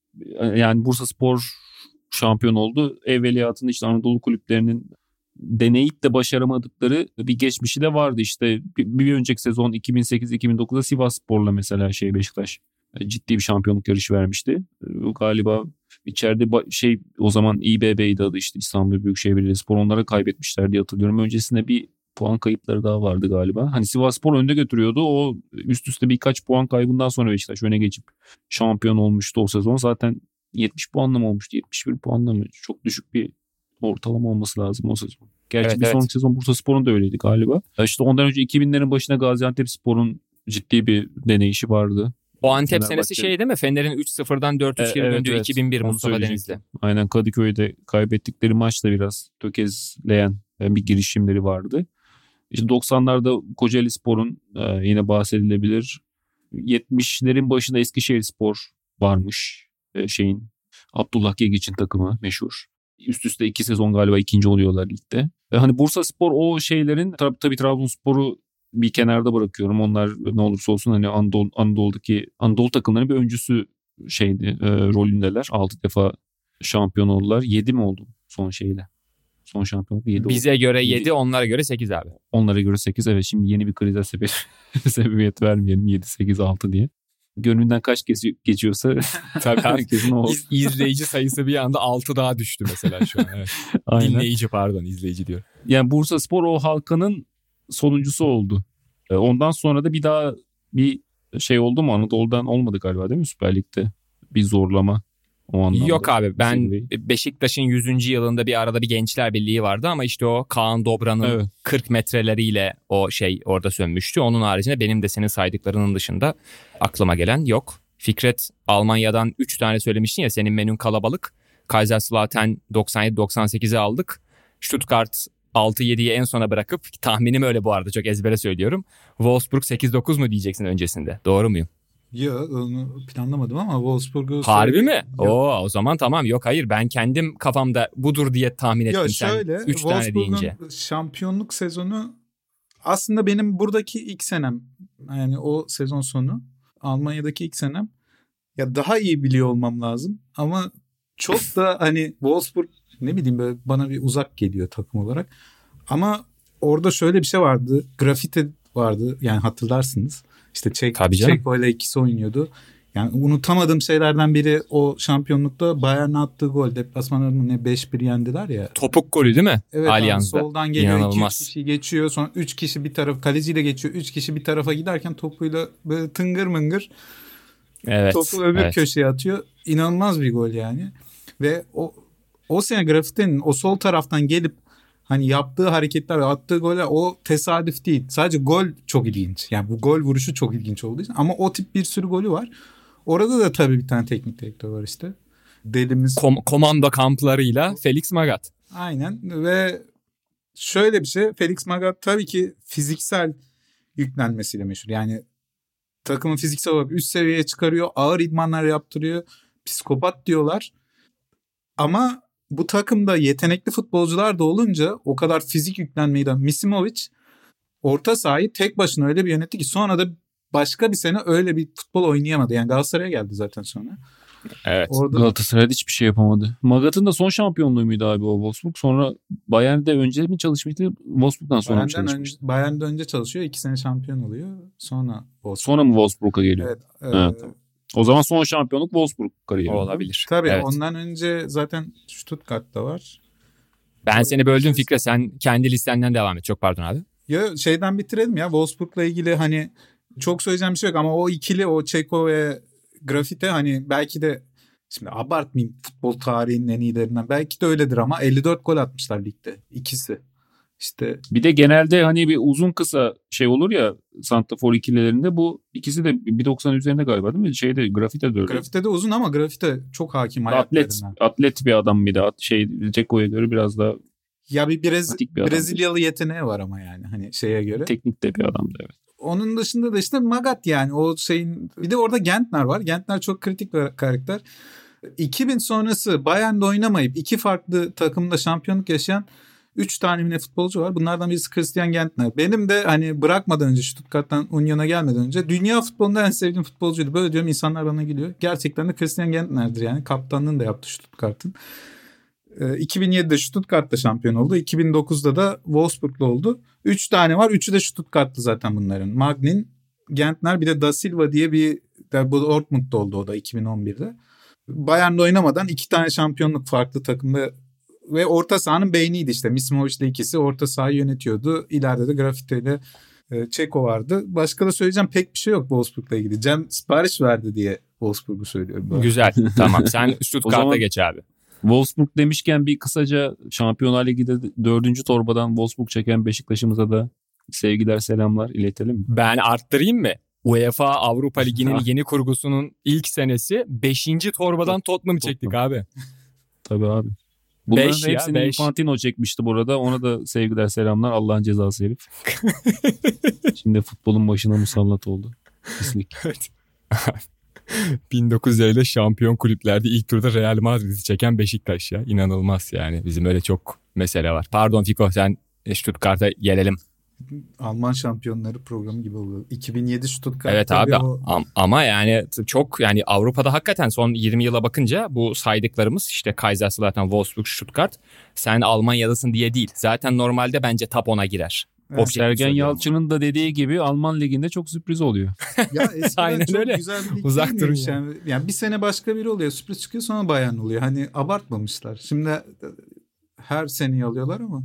yani Bursaspor şampiyon oldu. Evveliyatında işte Anadolu kulüplerinin deneyip de başaramadıkları bir geçmişi de vardı. İşte bir, bir önceki sezon iki bin sekiz iki bin dokuzda Sivasspor'la mesela şey Beşiktaş ciddi bir şampiyonluk yarışı vermişti. Galiba içeride şey o zaman İBB'ydi adı işte İstanbul Büyükşehir Belediyespor onlara kaybetmişler diye hatırlıyorum. Öncesinde bir puan kayıpları daha vardı galiba. Hani Sivasspor önde götürüyordu. O üst üste birkaç puan kaybından sonra Beşiktaş öne geçip şampiyon olmuştu o sezon. Zaten yetmiş puanla mı olmuştu? yetmiş bir puanla mı? Çok düşük bir ortalama olması lazım o sezon. Gerçi evet, bir evet. sonraki sezon Bursaspor'un da öyleydi galiba. İşte ondan önce iki binlerin başına Gaziantepspor'un ciddi bir deneyişi vardı. O Antep Fenerbahçe... senesi şey değil mi? Fener'in üç sıfırdan dört üç geri evet, döndüğü evet. iki bin bir Onu Mustafa Denizli. Aynen Kadıköy'de kaybettikleri maçta biraz tökezleyen bir girişimleri vardı. İşte doksanlarda Kocaelispor'un yine bahsedilebilir. yetmişlerin başında Eskişehirspor varmış. Şeyin Abdullah Gegiç'in takımı meşhur. Üst üste iki sezon galiba ikinci oluyorlar ligde. Hani Bursaspor o şeylerin tabii, tabii Trabzonspor'u bir kenarda bırakıyorum. Onlar ne olursa olsun hani Anadolu, Anadolu'daki Anadolu takımlarının bir öncüsü şeydi e, rolündeler. altı defa şampiyon oldular. yedi mi oldu son şeyle? Son şampiyonluk yedi oldu. Bize göre yedi, onlara göre sekiz abi. Onlara göre sekiz. Evet şimdi yeni bir krize sebep, sebebiyet vermeyelim yedi sekiz altı diye. Gönlünden kaç geçiyorsa tabii herkesin o. İz, izleyici sayısı bir anda altı daha düştü mesela şu an. Evet. Dinleyici pardon izleyici diyor. Yani Bursaspor o halkanın sonuncusu oldu. Ondan sonra da bir daha bir şey oldu mu? Anadolu'dan olmadı galiba değil mi Süper Lig'de? Bir zorlama o anlamda. Yok abi ben Seviyeyi. Beşiktaş'ın yüzüncü yılında bir arada bir Gençler Birliği vardı ama işte o Kaan Dobra'nın evet. kırk metreleriyle o şey orada sönmüştü. Onun haricinde benim de senin saydıklarının dışında aklıma gelen yok. Fikret Almanya'dan üç tane söylemiştin ya senin menün kalabalık. Kaiserslautern doksan yedi doksan sekize aldık. Stuttgart altı yediyi en sona bırakıp tahminim öyle bu arada çok ezbere söylüyorum. Wolfsburg sekiz dokuz mu diyeceksin öncesinde doğru muyum? Yok onu planlamadım ama Wolfsburg'u... Harbi mi? Oo, o zaman tamam yok hayır ben kendim kafamda budur diye tahmin ettim. Yok şöyle sen üç tane deyince. Şampiyonluk sezonu aslında benim buradaki ilk senem yani o sezon sonu Almanya'daki ilk senem ya daha iyi biliyor olmam lazım ama çok da hani Wolfsburg ne bileyim böyle bana bir uzak geliyor takım olarak ama orada şöyle bir şey vardı grafite vardı yani hatırlarsınız. İşte Çek, Çeko ile ikisi oynuyordu. Yani unutamadığım şeylerden biri o şampiyonlukta Bayern'e attığı gol. Deplasmanlarını ne beş bir yendiler ya. Topuk golü değil mi? Evet. Allianz'da. Soldan geliyor iki üç kişi geçiyor. Sonra üç kişi bir taraf kaleciyle geçiyor. üç kişi bir tarafa giderken topuyla böyle tıngır mıngır evet, topu öbür evet. köşeye atıyor. İnanılmaz bir gol yani. Ve o o sene grafitenin o sol taraftan gelip hani yaptığı hareketler ve attığı goller o tesadüf değil. Sadece gol çok ilginç. Yani bu gol vuruşu çok ilginç olduğu için. Ama o tip bir sürü golü var. Orada da tabii bir tane teknik direktör var işte. Delimiz. Kom- komando kamplarıyla Felix Magath. Aynen ve şöyle bir şey. Felix Magath tabii ki fiziksel yüklenmesiyle meşhur. Yani takımı fiziksel olarak üst seviyeye çıkarıyor. Ağır idmanlar yaptırıyor. Psikopat diyorlar. Ama bu takımda yetenekli futbolcular da olunca o kadar fizik yüklenmeyi de Misimovic orta sahayı tek başına öyle bir yönetti ki sonra da başka bir sene öyle bir futbol oynayamadı. Yani Galatasaray'a geldi zaten sonra. Evet. Orada... Galatasaray'da hiçbir şey yapamadı. Magath'ın da son şampiyonluğu muydu abi o Wolfsburg? Sonra Bayern'de önce mi çalışmıştı? Wolfsburg'dan sonra Bayern'den mı çalışmıştı? Ön, Bayern'de önce çalışıyor. iki sene şampiyon oluyor. Sonra Wolfsburg. Sonra mı Wolfsburg'a geliyor? Evet. evet e... tamam. O zaman son şampiyonluk Wolfsburg kariyeri. Olabilir. Tabii evet. Ondan önce zaten Stuttgart'ta var. Ben Oraya seni böldüm Fikre. Sen kendi listenden devam et. Çok pardon abi. Ya şeyden bitirelim ya. Wolfsburg'la ilgili hani Çok söyleyeceğim bir şey yok ama o ikili, o Ceko ve Grafite, hani belki de şimdi abartmayayım, futbol tarihinin en iyilerinden belki de öyledir ama elli dört gol atmışlar ligde ikisi. İşte bir de genelde hani bir uzun kısa şey olur ya santrafor ikililerinde, bu ikisi de bir doksan üzerinde galiba değil mi? Şeyde Grafite de öyle. Grafite de uzun ama Grafite çok hakim Atlet, ayaklarına. atlet bir adam, bir de şey Ceko'ya göre biraz daha ya bir, Brez, bir Brezilyalı yeteneği var ama yani hani şeye göre. Teknik de bir adamdı, evet. Onun dışında da işte Magath, yani o şeyin, bir de orada Gentner var. Gentner çok kritik bir karakter. iki bin sonrası Bayern'de oynamayıp iki farklı takımda şampiyonluk yaşayan üç tane mi ne futbolcu var. Bunlardan birisi Christian Gentner. Benim de hani bırakmadan önce, Stuttgart'tan Union'a gelmeden önce dünya futbolunda en sevdiğim futbolcuydu. Böyle diyorum, insanlar bana gülüyor. Gerçekten de Christian Gentner'dir yani. Kaptanlığını da yaptı Stuttgart'ın. iki bin yedide Stuttgart'ta şampiyon oldu. iki bin dokuzda da Wolfsburg'da oldu. Üç tane var. Üçü de Stuttgart'tı zaten bunların. Magnin, Gentner, bir de Da Silva diye bir, bu Dortmund'da oldu o da iki bin on birde. Bayern'de oynamadan iki tane şampiyonluk farklı takımda ve orta sahanın beyniydi işte. Mismovic'le ikisi orta sahayı yönetiyordu. İleride de Grafite ile e, Ceko vardı. Başka da söyleyeceğim pek bir şey yok Wolfsburg'la ilgili. Cem sipariş verdi diye Wolfsburg'u söylüyorum. Güzel, tamam, sen Stuttgart'a zaman... geç abi. Wolfsburg demişken bir kısaca Şampiyonlar Ligi'de dördüncü torbadan Wolfsburg çeken Beşiktaş'ımıza da sevgiler, selamlar iletelim mi? Ben arttırayım mı? UEFA Avrupa Ligi'nin yeni kurgusunun ilk senesi beşinci torbadan Tottenham çektik abi. Tabii abi. Bunların beş hepsini ya, Infantino çekmişti burada. Ona da sevgiler, selamlar. Allah'ın cezası herif. Şimdi futbolun başına musallat oldu. Pislik. Evet. bin dokuz yüz ellide şampiyon kulüplerde ilk turda Real Madrid'i çeken Beşiktaş ya. İnanılmaz yani. Bizim öyle çok mesele var. Pardon Fiko, sen Stuttgart'a gelelim. Alman şampiyonları programı gibi oluyor. iki bin yedi Stuttgart. Evet abi o... ama yani çok, yani Avrupa'da hakikaten son yirmi yıla bakınca bu saydıklarımız işte Kaiserslautern, Wolfsburg, Stuttgart, sen Almanya'dasın diye değil. Zaten normalde bence top ona girer. Evet. Sergen Yalçın'ın da dediği gibi Alman liginde çok sürpriz oluyor. Ya eskiden Aynen çok öyle. Güzel bir lig Uzak durun ya. Yani. yani bir sene başka biri oluyor, sürpriz çıkıyor, sonra Bayern oluyor. Hani abartmamışlar. Şimdi her seneyi alıyorlar ama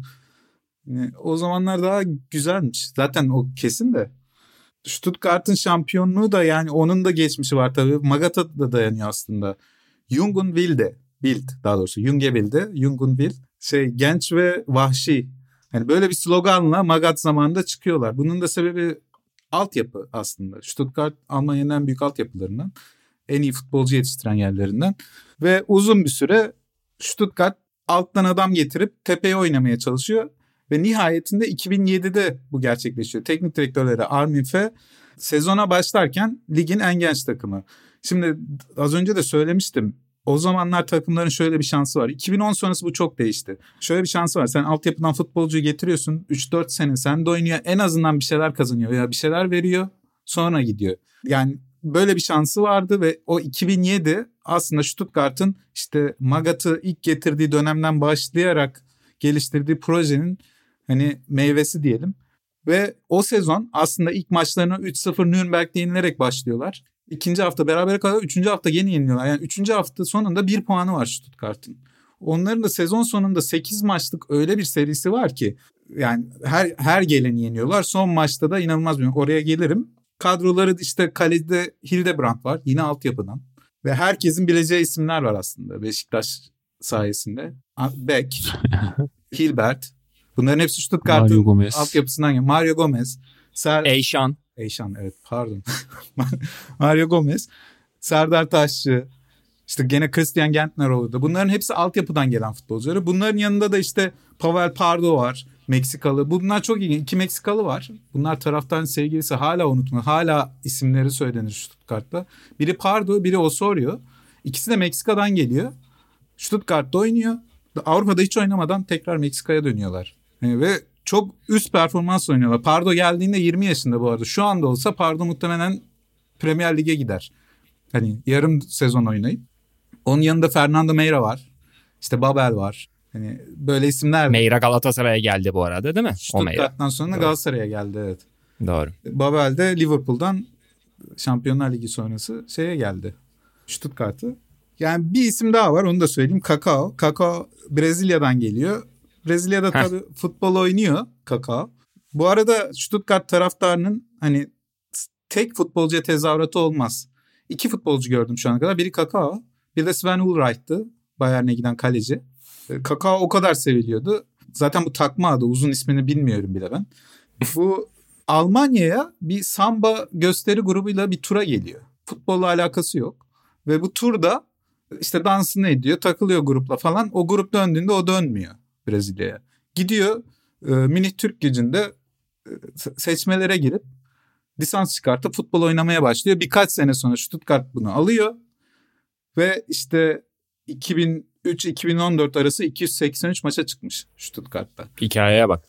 yani o zamanlar daha güzelmiş. Zaten o kesin de. Stuttgart'ın şampiyonluğu da yani onun da geçmişi var tabii. Magath'a da dayanıyor aslında. Jung und Wilde. Bild daha doğrusu. Jung'e Wilde. Jung und Wild. Şey, genç ve vahşi. Yani böyle bir sloganla Magath zamanında çıkıyorlar. Bunun da sebebi altyapı aslında. Stuttgart Almanya'nın en büyük altyapılarından. En iyi futbolcu yetiştiren yerlerinden. Ve uzun bir süre Stuttgart alttan adam getirip tepeye oynamaya çalışıyor. Ve nihayetinde iki bin yedide bu gerçekleşiyor. Teknik direktörleri Armin Fe sezona başlarken ligin en genç takımı. Şimdi az önce de söylemiştim. O zamanlar takımların şöyle bir şansı var. iki bin on sonrası bu çok değişti. Şöyle bir şansı var. Sen altyapıdan futbolcuyu getiriyorsun. üç dört sene sen de oynuyor. En azından bir şeyler kazanıyor ya bir şeyler veriyor. Sonra gidiyor. Yani böyle bir şansı vardı ve o iki bin yedi aslında Stuttgart'ın işte Magath'ı ilk getirdiği dönemden başlayarak geliştirdiği projenin hani meyvesi diyelim. Ve o sezon aslında ilk maçlarına üç sıfır Nürnberg'de yenilerek başlıyorlar. İkinci hafta berabere kalıyor. Üçüncü hafta yeni yeniliyorlar. Yani üçüncü hafta sonunda bir puanı var Stuttgart'ın. Onların da sezon sonunda sekiz maçlık öyle bir serisi var ki yani her her geleni yeniyorlar. Son maçta da inanılmaz bir, oraya gelirim. Kadroları işte kalede Hildebrand var yine altyapıdan. Ve herkesin bileceği isimler var aslında Beşiktaş sayesinde. Beck, Hilbert. Bunların hepsi Stuttgart'ın altyapısından geliyor. Mario Gomez. Ser... Eyşan. Eyşan evet pardon. Mario Gomez. Serdar Taşçı. İşte gene Christian Gentner oldu. Bunların hepsi altyapıdan gelen futbolcuları. Bunların yanında da işte Pavel Pardo var. Meksikalı. Bunlar çok ilginç. İki Meksikalı var. Bunlar taraftarın sevgilisi, hala unutmuyor. Hala isimleri söylenir Stuttgart'ta. Biri Pardo, biri Osorio. İkisi de Meksika'dan geliyor. Stuttgart'ta oynuyor. Avrupa'da hiç oynamadan tekrar Meksika'ya dönüyorlar. Yani ve çok üst performans oynuyorlar. Pardo geldiğinde yirmi yaşında bu arada. Şu anda olsa Pardo muhtemelen Premier Lig'e gider. Hani yarım sezon oynayıp. Onun yanında Fernando Meira var. İşte Babel var. Hani böyle isimler. Meira Galatasaray'a geldi bu arada değil mi? Stuttgart'tan sonra Galatasaray'a geldi evet. Doğru. Babel de Liverpool'dan Şampiyonlar Ligi sonrası şeye geldi. Stuttgart'ı. Yani bir isim daha var, onu da söyleyeyim. Kakao. Kakao Brezilya'dan geliyor. Brezilya'da tabii futbol oynuyor Kakao. Bu arada Stuttgart taraftarının hani tek futbolcuya tezahüratı olmaz. İki futbolcu gördüm şu ana kadar. Biri Kakao, bir de Sven Ulreich'tı. Bayern'e giden kaleci. Kakao o kadar seviliyordu. Zaten bu takma adı, uzun ismini bilmiyorum bile ben. Bu Almanya'ya bir samba gösteri grubuyla bir tura geliyor. Futbolla alakası yok. Ve bu turda işte dansını ediyor, takılıyor grupla falan. O grup döndüğünde o dönmüyor Brezilya'ya. Gidiyor e, Münih Türk Gücü'nde e, seçmelere girip lisans çıkartıp futbol oynamaya başlıyor. Birkaç sene sonra Stuttgart bunu alıyor. Ve işte iki bin üç iki bin on dört arası iki yüz seksen üç maça çıkmış Stuttgart'ta. Hikayeye bak.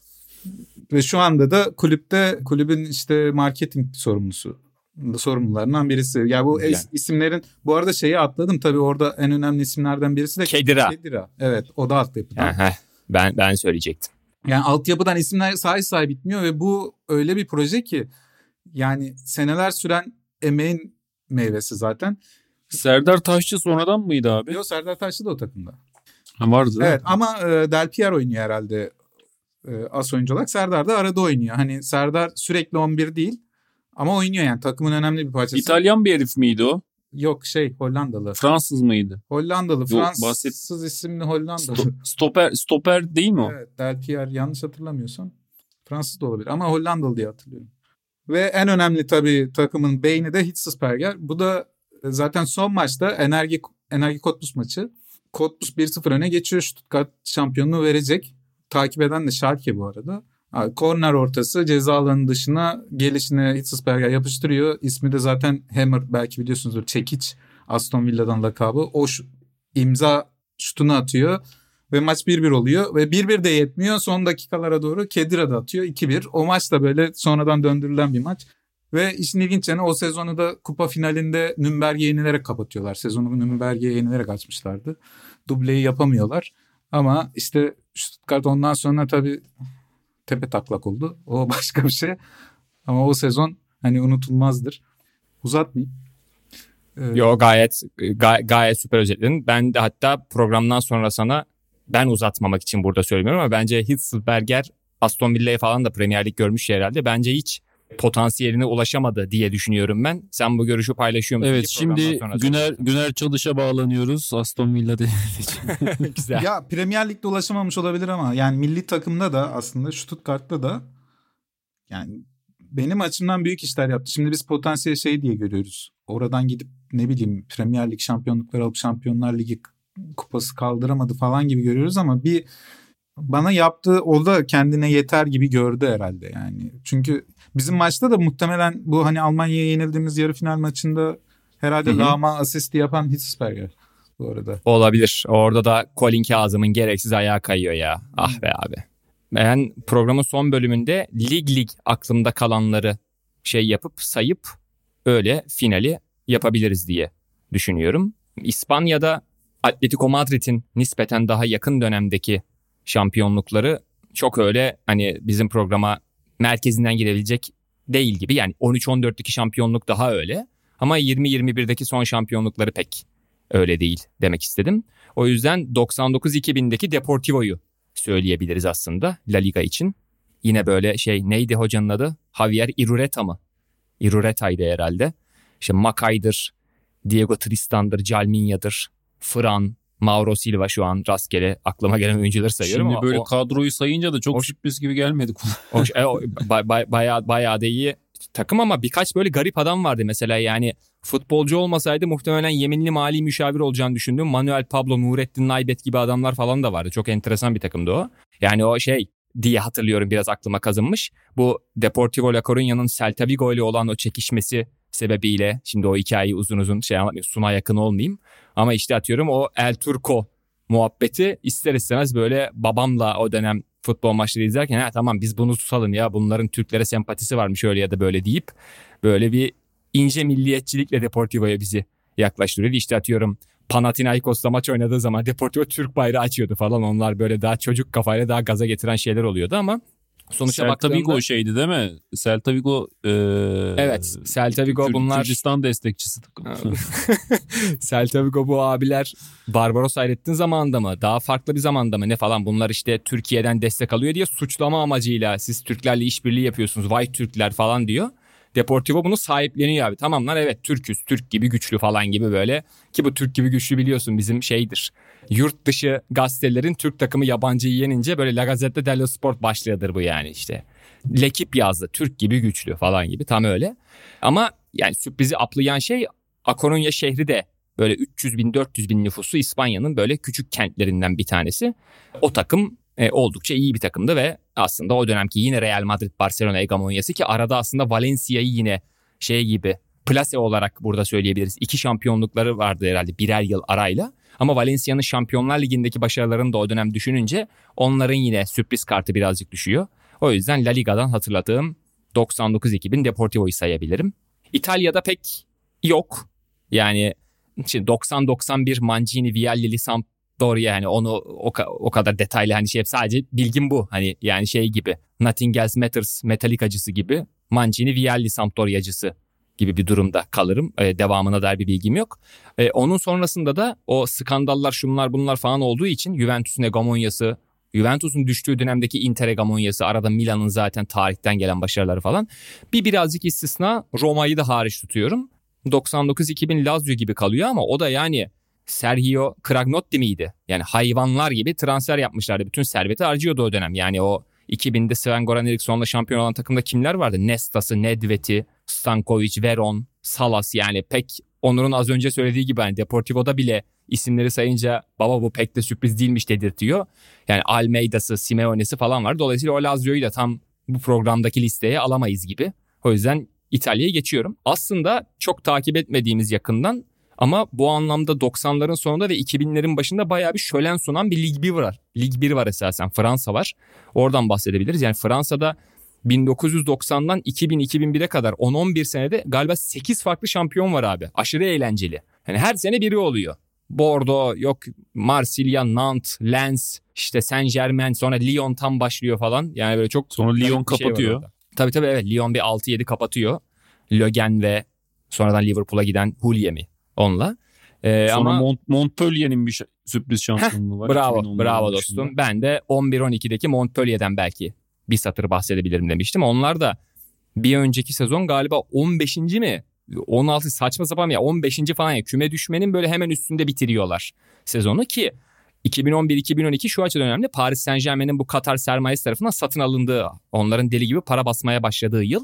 Ve şu anda da kulüpte, kulübün işte marketing sorumlusu, sorumlularından birisi. Ya yani bu yani. isimlerin, bu arada şeyi atladım tabii, orada en önemli isimlerden birisi de Khedira. Khedira. Evet, o da altyapıdan. Aha, ben ben söyleyecektim. Yani altyapıdan isimler say say bitmiyor ve bu öyle bir proje ki yani seneler süren emeğin meyvesi zaten. Serdar Taşçı sonradan mıydı abi? Yok, Serdar Taşçı da o takımda. Ha, vardı. Evet, ama e, Del Piero oynuyor herhalde e, as oyuncu olarak. Serdar da arada oynuyor. Hani Serdar sürekli on bir değil ama oynuyor yani, takımın önemli bir parçası. İtalyan bir herif miydi o? Yok, şey Hollandalı. Fransız mıydı? Hollandalı. Yok, Fransız bahset... isimli Hollandalı. Sto- stoper stoper değil mi o? Evet, Del Piero, yanlış hatırlamıyorsam. Fransız da olabilir ama Hollandalı diye hatırlıyorum. Ve en önemli tabii takımın beyni de Hitzelsperger. Bu da zaten son maçta Enerji Enerji Cottbus maçı. Cottbus bir sıfır öne geçiyor. Stuttgart şampiyonluğu verecek. Takip eden de Schalke bu arada. Korner ortası ceza alanının dışına gelişine Hitzelsperger yapıştırıyor. İsmi de zaten Hammer, belki biliyorsunuzdur. Çekiç, Aston Villa'dan lakabı. O şu, imza şutunu atıyor ve maç bir bir oluyor. Ve bir bir de yetmiyor. Son dakikalara doğru Khedira da atıyor iki bir. O maç da böyle sonradan döndürülen bir maç. Ve işin ilginç yanı, o sezonu da kupa finalinde Nürnberg'e yenilerek kapatıyorlar. Sezonu Nürnberg'e yenilerek açmışlardı. Dubleyi yapamıyorlar. Ama işte Stuttgart ondan sonra tabii tepe taklak oldu. O başka bir şey. Ama o sezon hani unutulmazdır. Uzatmayayım. Ee... Yo, gayet gay- gayet süper özetledin. Ben de hatta programdan sonra sana, ben uzatmamak için burada söylemiyorum ama bence Hitzelsperger Aston Villa'ya falan da Premier Lig görmüş herhalde. Bence hiç potansiyeline ulaşamadı diye düşünüyorum ben. Sen bu görüşü paylaşıyor musun? Evet, şimdi Güner Güner Çalış'a bağlanıyoruz Aston Villa dediğiniz Güzel. Ya Premier Lig'de ulaşamamış olabilir ama yani milli takımda da aslında Stuttgart'ta da yani benim açımdan büyük işler yaptı. Şimdi biz potansiyel şey diye görüyoruz. Oradan gidip ne bileyim Premier Lig şampiyonlukları alıp Şampiyonlar Ligi kupası kaldıramadı falan gibi görüyoruz ama bir bana yaptığı, o da kendine yeter gibi gördü herhalde yani. Çünkü bizim maçta da muhtemelen bu hani Almanya'ya yenildiğimiz yarı final maçında herhalde Lama asisti yapan Hitzelsperger bu arada. Olabilir. Orada da Colin Kazım'ın gereksiz ayağı kayıyor ya. Ah be abi. Ben programın son bölümünde lig lig aklımda kalanları şey yapıp sayıp öyle finali yapabiliriz diye düşünüyorum. İspanya'da Atletico Madrid'in nispeten daha yakın dönemdeki şampiyonlukları çok öyle hani bizim programa merkezinden girebilecek değil gibi. Yani on üç on dörtteki şampiyonluk daha öyle ama yirmi yirmi birdeki son şampiyonlukları pek öyle değil demek istedim. O yüzden doksan dokuz iki bindeki Deportivo'yu söyleyebiliriz aslında La Liga için. Yine böyle şey, neydi hocanın adı? Javier Irureta mı? Irureta'ydı herhalde. İşte Macay'dır, Diego Tristan'dır, Calmiña'dır, Fran, Mauro Silva, şu an rastgele aklıma gelen oyuncuları sayıyorum. Şimdi ama böyle o, kadroyu sayınca da çok o, sürpriz gibi gelmedi. o, o, ba, ba, bayağı, bayağı da iyi takım ama birkaç böyle garip adam vardı mesela. Yani futbolcu olmasaydı muhtemelen yeminli mali müşavir olacağını düşündüğüm Manuel Pablo, Nurettin Naybet gibi adamlar falan da vardı. Çok enteresan bir takımdı o. Yani o şey diye hatırlıyorum, biraz aklıma kazınmış. Bu Deportivo La Coruña'nın Celta Vigo ile olan o çekişmesi sebebiyle, şimdi o hikayeyi uzun uzun şey anlatmayayım, Suna yakın olmayayım. Ama işte atıyorum o El Turco muhabbeti ister istemez böyle babamla o dönem futbol maçları izlerken ha tamam biz bunu tutalım ya, bunların Türklere sempatisi varmış öyle ya da böyle deyip böyle bir ince milliyetçilikle Deportivo'ya bizi yaklaştırıyordu. İşte atıyorum Panathinaikos'la maç oynadığı zaman Deportivo Türk bayrağı açıyordu falan, onlar böyle daha çocuk kafayla daha gaza getiren şeyler oluyordu ama sonuçta Celta baktığında... Vigo şeydi değil mi? Celta Vigo e... Evet, Celta Vigo Tür- bunlar Gürcistan destekçisi. Celta Vigo bu abiler Barbaros Hayrettin zamanında mı, daha farklı bir zamanda mı ne falan, bunlar işte Türkiye'den destek alıyor diye suçlama amacıyla siz Türklerle işbirliği yapıyorsunuz, vay Türkler falan diyor. Deportivo bunu sahipleniyor abi. Tamam lan evet Türküz, Türk gibi güçlü falan gibi böyle. Ki bu Türk gibi güçlü biliyorsun bizim şeydir. Yurt dışı gazetelerin Türk takımı yabancıyı yenince böyle La Gazzetta dello Sport başlığıdır bu yani işte. Lekip yazdı Türk gibi güçlü falan gibi tam öyle. Ama yani sürprizi aplayan şey A Coruña şehri de böyle üç yüz bin dört yüz bin nüfusu İspanya'nın böyle küçük kentlerinden bir tanesi. O takım e, oldukça iyi bir takımdı ve aslında o dönemki yine Real Madrid Barcelona hegemonyası ki arada aslında Valencia'yı yine şey gibi plase olarak burada söyleyebiliriz. İki şampiyonlukları vardı herhalde birer yıl arayla. Ama Valencia'nın Şampiyonlar Ligi'ndeki başarılarını da o dönem düşününce onların yine sürpriz kartı birazcık düşüyor. O yüzden La Liga'dan hatırladığım doksan dokuz iki bin Deportivo'yu sayabilirim. İtalya'da pek yok. Yani doksan doksan bir Mancini, Vialli, Sampdoria yani onu o, o kadar detaylı hani şey sadece bilgim bu. Hani yani şey gibi Nothing Else Matters Metallica'cısı gibi Mancini, Vialli, Sampdoria'cısı gibi bir durumda kalırım. Ee, devamına dair bir bilgim yok. Ee, onun sonrasında da o skandallar şunlar bunlar falan olduğu için Juventus'un hegemonyası, Juventus'un düştüğü dönemdeki Inter hegemonyası, arada Milan'ın zaten tarihten gelen başarıları falan. Bir birazcık istisna Roma'yı da hariç tutuyorum. doksan dokuz iki bin Lazio gibi kalıyor ama o da yani Sergio Cragnotti miydi? Yani hayvanlar gibi transfer yapmışlardı. Bütün serveti harcıyordu o dönem. Yani o iki binde Sven-Goran Eriksson'la şampiyon olan takımda kimler vardı? Nesta'sı, Nedved'i, Stankovic, Veron, Salas yani pek Onur'un az önce söylediği gibi hani Deportivo'da bile isimleri sayınca baba bu pek de sürpriz değilmiş dedirtiyor. Yani Almeida'sı, Simeone'si falan var. Dolayısıyla o Lazio'yu da tam bu programdaki listeye alamayız gibi. O yüzden İtalya'ya geçiyorum. Aslında çok takip etmediğimiz yakından ama bu anlamda doksanların sonunda ve iki binlerin başında bayağı bir şölen sunan bir Lig bir var. Lig bir var esasen. Fransa var. Oradan bahsedebiliriz. Yani Fransa'da bin dokuz yüz doksandan iki bin iki bin bire kadar on on bir senede galiba sekiz farklı şampiyon var abi. Aşırı eğlenceli. Yani her sene biri oluyor. Bordeaux, yok Marsilya, Nantes, Lens, işte Saint-Germain, sonra Lyon tam başlıyor falan. Yani böyle çok sonra Lyon kapatıyor. Şey tabii tabii evet Lyon bir altı yedi kapatıyor. Lögen ve sonradan Liverpool'a giden Houllier mi onunla. Ee, sonra ama Mont- Montpellier'in bir sürpriz şampiyonluğu var. Bravo, bravo dostum. Dışında. Ben de on bir on ikideki Montpellier'den belki bir satır bahsedebilirim demiştim. Onlar da bir önceki sezon galiba on beşinci mi? on altı saçma sapan ya on beşinci falan ya küme düşmenin böyle hemen üstünde bitiriyorlar sezonu ki iki bin on bir iki bin on iki şu açıdan önemli. Paris Saint-Germain'in bu Katar sermayesi tarafından satın alındığı, onların deli gibi para basmaya başladığı yıl.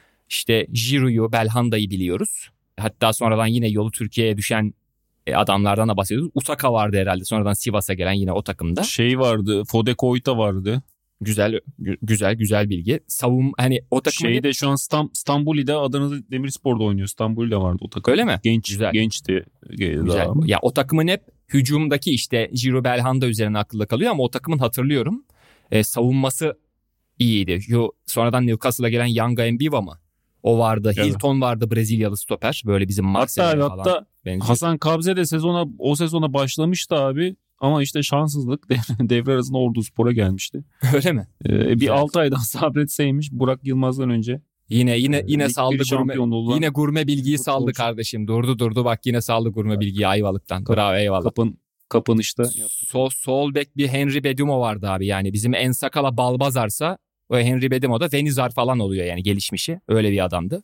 İşte Giroud'u, Belhanda'yı biliyoruz. Hatta sonradan yine yolu Türkiye'ye düşen adamlardan da bahsediyoruz. Utaka vardı herhalde sonradan Sivas'a gelen yine o takımda. Şey vardı, Fode Koyta vardı. Güzel güzel güzel bilgi. Savun hani o takım şeyde şu an Stam, Stambuli'de Adana Demirspor'da oynuyor. Stambuli'de vardı o takım. Öyle mi? Genç güzel. Gençti. Güzel. Ya o takımın hep hücumdaki işte Giroud, Belhanda üzerine akılda kalıyor ama o takımın hatırlıyorum. E, savunması iyiydi. Yo, sonradan Newcastle'a gelen Yanga Mbiva mı? O vardı. Evet. Hilton vardı, Brezilyalı stoper. Böyle bizim Marseille'ye falan. Hatta Hasan Kabze de sezona o sezona başlamıştı abi. Ama işte şanssızlık devre arasında Orduspor'a gelmişti. Öyle mi? Ee, bir altı aydan sabretseymiş Burak Yılmaz'dan önce. Yine yine yine ee, saldı gurme. Yine gurme bilgiyi futbolcu. Saldı kardeşim. Durdu durdu bak yine saldı gurme bilgiyi Ayvalık'tan. Kap, Bravo eyvallah. Kapın kapanışta sol sol bek bir Henry Bedumo vardı abi yani bizim en sakala Balbazar'sa o Henry Bedumo da Venizar falan oluyor yani gelişmişi. Öyle bir adamdı.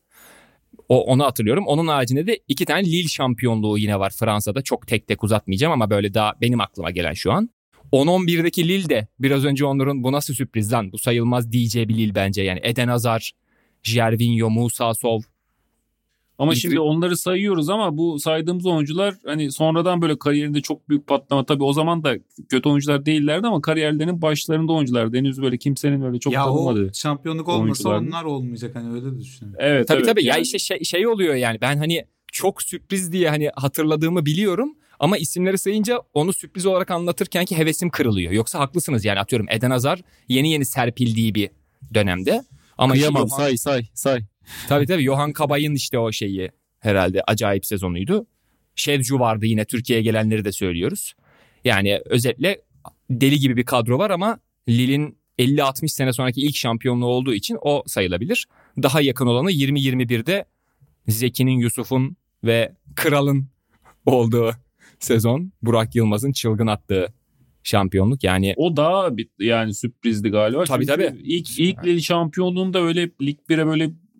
O, onu hatırlıyorum. Onun haricinde de iki tane Lille şampiyonluğu yine var Fransa'da. Çok tek tek uzatmayacağım ama böyle daha benim aklıma gelen şu an. on on birdeki Lille de biraz önce Onur'un bu nasıl sürpriz lan bu sayılmaz diyeceği bir Lille bence. Yani Eden Hazard, Gervinho, Musa Sow. Ama şimdi onları sayıyoruz ama bu saydığımız oyuncular hani sonradan böyle kariyerinde çok büyük patlama. Tabii o zaman da kötü oyuncular değillerdi ama kariyerlerinin başlarında oyunculardı. Henüz böyle kimsenin böyle çok ya tanımadığı. Ya o şampiyonluk olmasa onlar olmayacak hani öyle de düşünüyorum. Evet tabii evet, tabii yani... ya işte şey, şey oluyor yani ben hani çok sürpriz diye hani hatırladığımı biliyorum. Ama isimleri sayınca onu sürpriz olarak anlatırken ki hevesim kırılıyor. Yoksa haklısınız yani atıyorum Eden Hazard yeni yeni serpildiği bir dönemde. Ama Kıyamam Johan... say say say. Tabii tabii Johan Kabay'ın işte o şeyi herhalde acayip sezonuydu. Şevcu vardı yine Türkiye'ye gelenleri de söylüyoruz. Yani özetle deli gibi bir kadro var ama Lille'in elli altmış sene sonraki ilk şampiyonluğu olduğu için o sayılabilir. Daha yakın olanı yirmi yirmi birde Zeki'nin, Yusuf'un ve Kral'ın olduğu sezon. Burak Yılmaz'ın çılgın attığı şampiyonluk yani. O da bir, yani sürprizdi galiba. Tabii Çünkü tabii. İlk, ilk Lille şampiyonluğunda öyle Lig bire böyle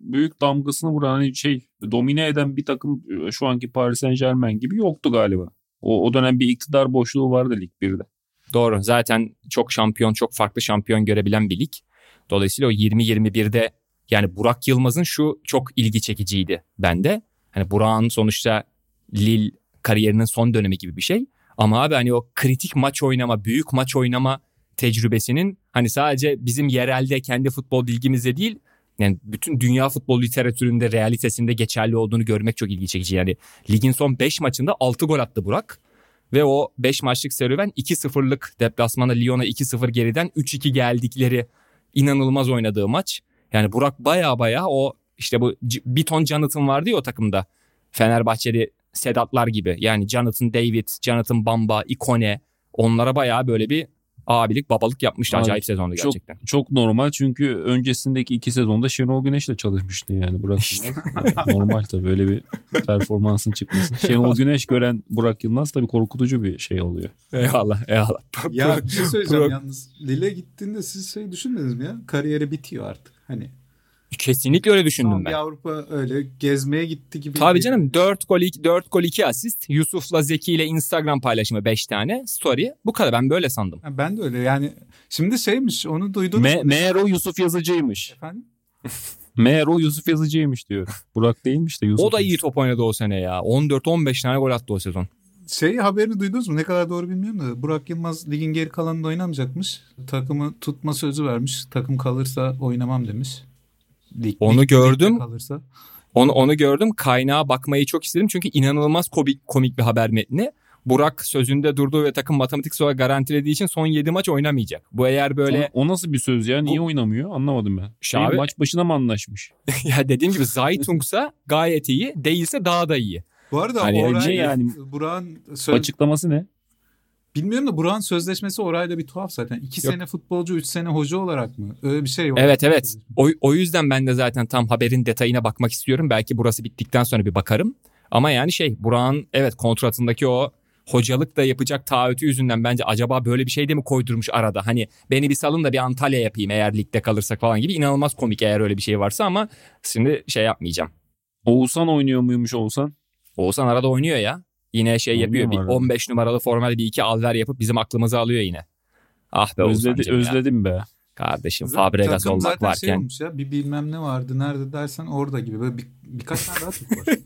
büyük damgasını vuran hani şey domine eden bir takım şu anki Paris Saint-Germain gibi yoktu galiba. O, o dönem bir iktidar boşluğu vardı Lig birde. Doğru. Zaten çok şampiyon, çok farklı şampiyon görebilen bir lig. Dolayısıyla o yirmi yirmi birde yani Burak Yılmaz'ın şu çok ilgi çekiciydi bende. Hani Burak'ın sonuçta Lille kariyerinin son dönemi gibi bir şey. Ama abi hani o kritik maç oynama, büyük maç oynama tecrübesinin hani sadece bizim yerelde kendi futbol bilgimizde değil, yani bütün dünya futbol literatüründe, realitesinde geçerli olduğunu görmek çok ilgi çekici. Yani ligin son beş maçında altı gol attı Burak. Ve o beş maçlık serüven iki sıfırlık deplasmanda Lyon'a iki sıfır geriden üç iki geldikleri inanılmaz oynadığı maç. Yani Burak baya baya o işte bu bir ton Jonathan vardı ya o takımda. Fenerbahçeli Sedatlar gibi. Yani Jonathan David, Jonathan Bamba, Ikone, onlara baya böyle bir abilik babalık yapmıştı. Abi, acayip sezondu gerçekten. Çok, çok normal çünkü öncesindeki iki sezonda Şenol Güneş'le çalışmıştı yani Burak Yılmaz. Normal tabii böyle bir performansın çıkması. Şenol Güneş gören Burak Yılmaz tabii korkutucu bir şey oluyor. Eyvallah eyvallah. Ya bir şey söyleyeceğim yalnız. Lille gittiğinde siz şey düşünmediniz mi ya? Kariyeri bitiyor artık hani. Kesinlikle öyle düşündüm Son ben. Bir Avrupa öyle gezmeye gitti gibi. Tabii canım dört gol dört gol iki asist. Yusuf'la Zeki ile Instagram paylaşımı beş tane story. Bu kadar, ben böyle sandım. Ha, ben de öyle yani. Şimdi şeymiş, onu duydunuz Me- mu? Meğer o Yusuf Yazıcı'ymış. Efendim? Meğer o Yusuf Yazıcı'ymış diyor. Burak değilmiş de Yusuf. O da iyi top oynadı o sene ya. on dört on beş tane gol attı o sezon. Şey haberini duydunuz mu? Ne kadar doğru bilmiyorum da Burak Yılmaz ligin geri kalanında oynamayacakmış. Takımı tutma sözü vermiş. Takım kalırsa oynamam demiş. Lig, onu lig, gördüm. Kalırsa. Onu onu gördüm. Kaynağa bakmayı çok istedim. Çünkü inanılmaz komik, komik bir haber metni. Burak sözünde durduğu ve takım matematiksel olarak garantilediği için son yedi maç oynamayacak. Bu eğer böyle... O, o nasıl bir söz ya? Niye bu... oynamıyor? Anlamadım ben. Şey, abi... Maç başına mı anlaşmış? Ya dediğim gibi Zaytung'sa gayet iyi. Değilse daha da iyi. Bu arada hani Oray, yani, Burak'ın söz... açıklaması ne? Bilmiyorum da Burak'ın sözleşmesi Oray'la bir tuhaf zaten. İki Yok. sene futbolcu, üç sene hoca olarak mı? Öyle bir şey var. Evet evet. O, o yüzden ben de zaten tam haberin detayına bakmak istiyorum. Belki burası bittikten sonra bir bakarım. Ama yani şey Burak'ın evet kontratındaki o hocalık da yapacak taahhütü yüzünden bence acaba böyle bir şey de mi koydurmuş arada? Hani beni bir salın da bir Antalya yapayım eğer ligde kalırsak falan gibi. İnanılmaz komik eğer öyle bir şey varsa ama şimdi şey yapmayacağım. Oğuzhan oynuyor muymuş Oğuzhan? Oğuzhan arada oynuyor ya. Yine şey oynuyor yapıyor. Bir on beş numaralı formal bir iki alver yapıp bizim aklımızı alıyor yine. Ah be Özledi, özledim be. Kardeşim Fabregas olmak varken. Şey olmuş ya, bir bilmem ne vardı nerede dersen orada gibi. Böyle bir, birkaç tane daha Türk var.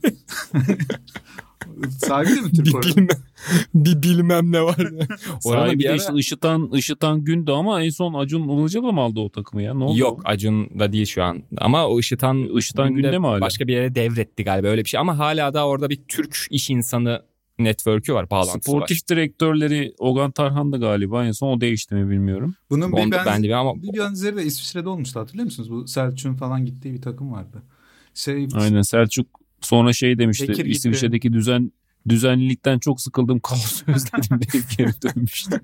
Sahibi de mi Türk orada? Bilmem, bir bilmem ne var. Sahibi de ara... işte Işıtan, Işıtan Gündü ama en son Acun Ilıcalı mı aldı o takımı ya? Ne oldu? Yok Acun da değil şu an. Ama o Işıtan, Işıtan Günde mi hala? Başka bir yere devretti galiba öyle bir şey. Ama hala da orada bir Türk iş insanı network'ü var, bağlantısı Sportif var. Direktörleri Ogan Tarhan'dı galiba. En son o değişti mi bilmiyorum. Bunun bir, benzer, ben de ama... bir benzeri de İsviçre'de olmuştu, hatırlıyor musunuz? Bu Selçuk'un falan gittiği bir takım vardı. Şey, aynen Selçuk sonra şey demişti. Bekir İsviçre'deki gitti. düzen düzenlilikten çok sıkıldım, kaosu özledim deyip geri dönmüştü.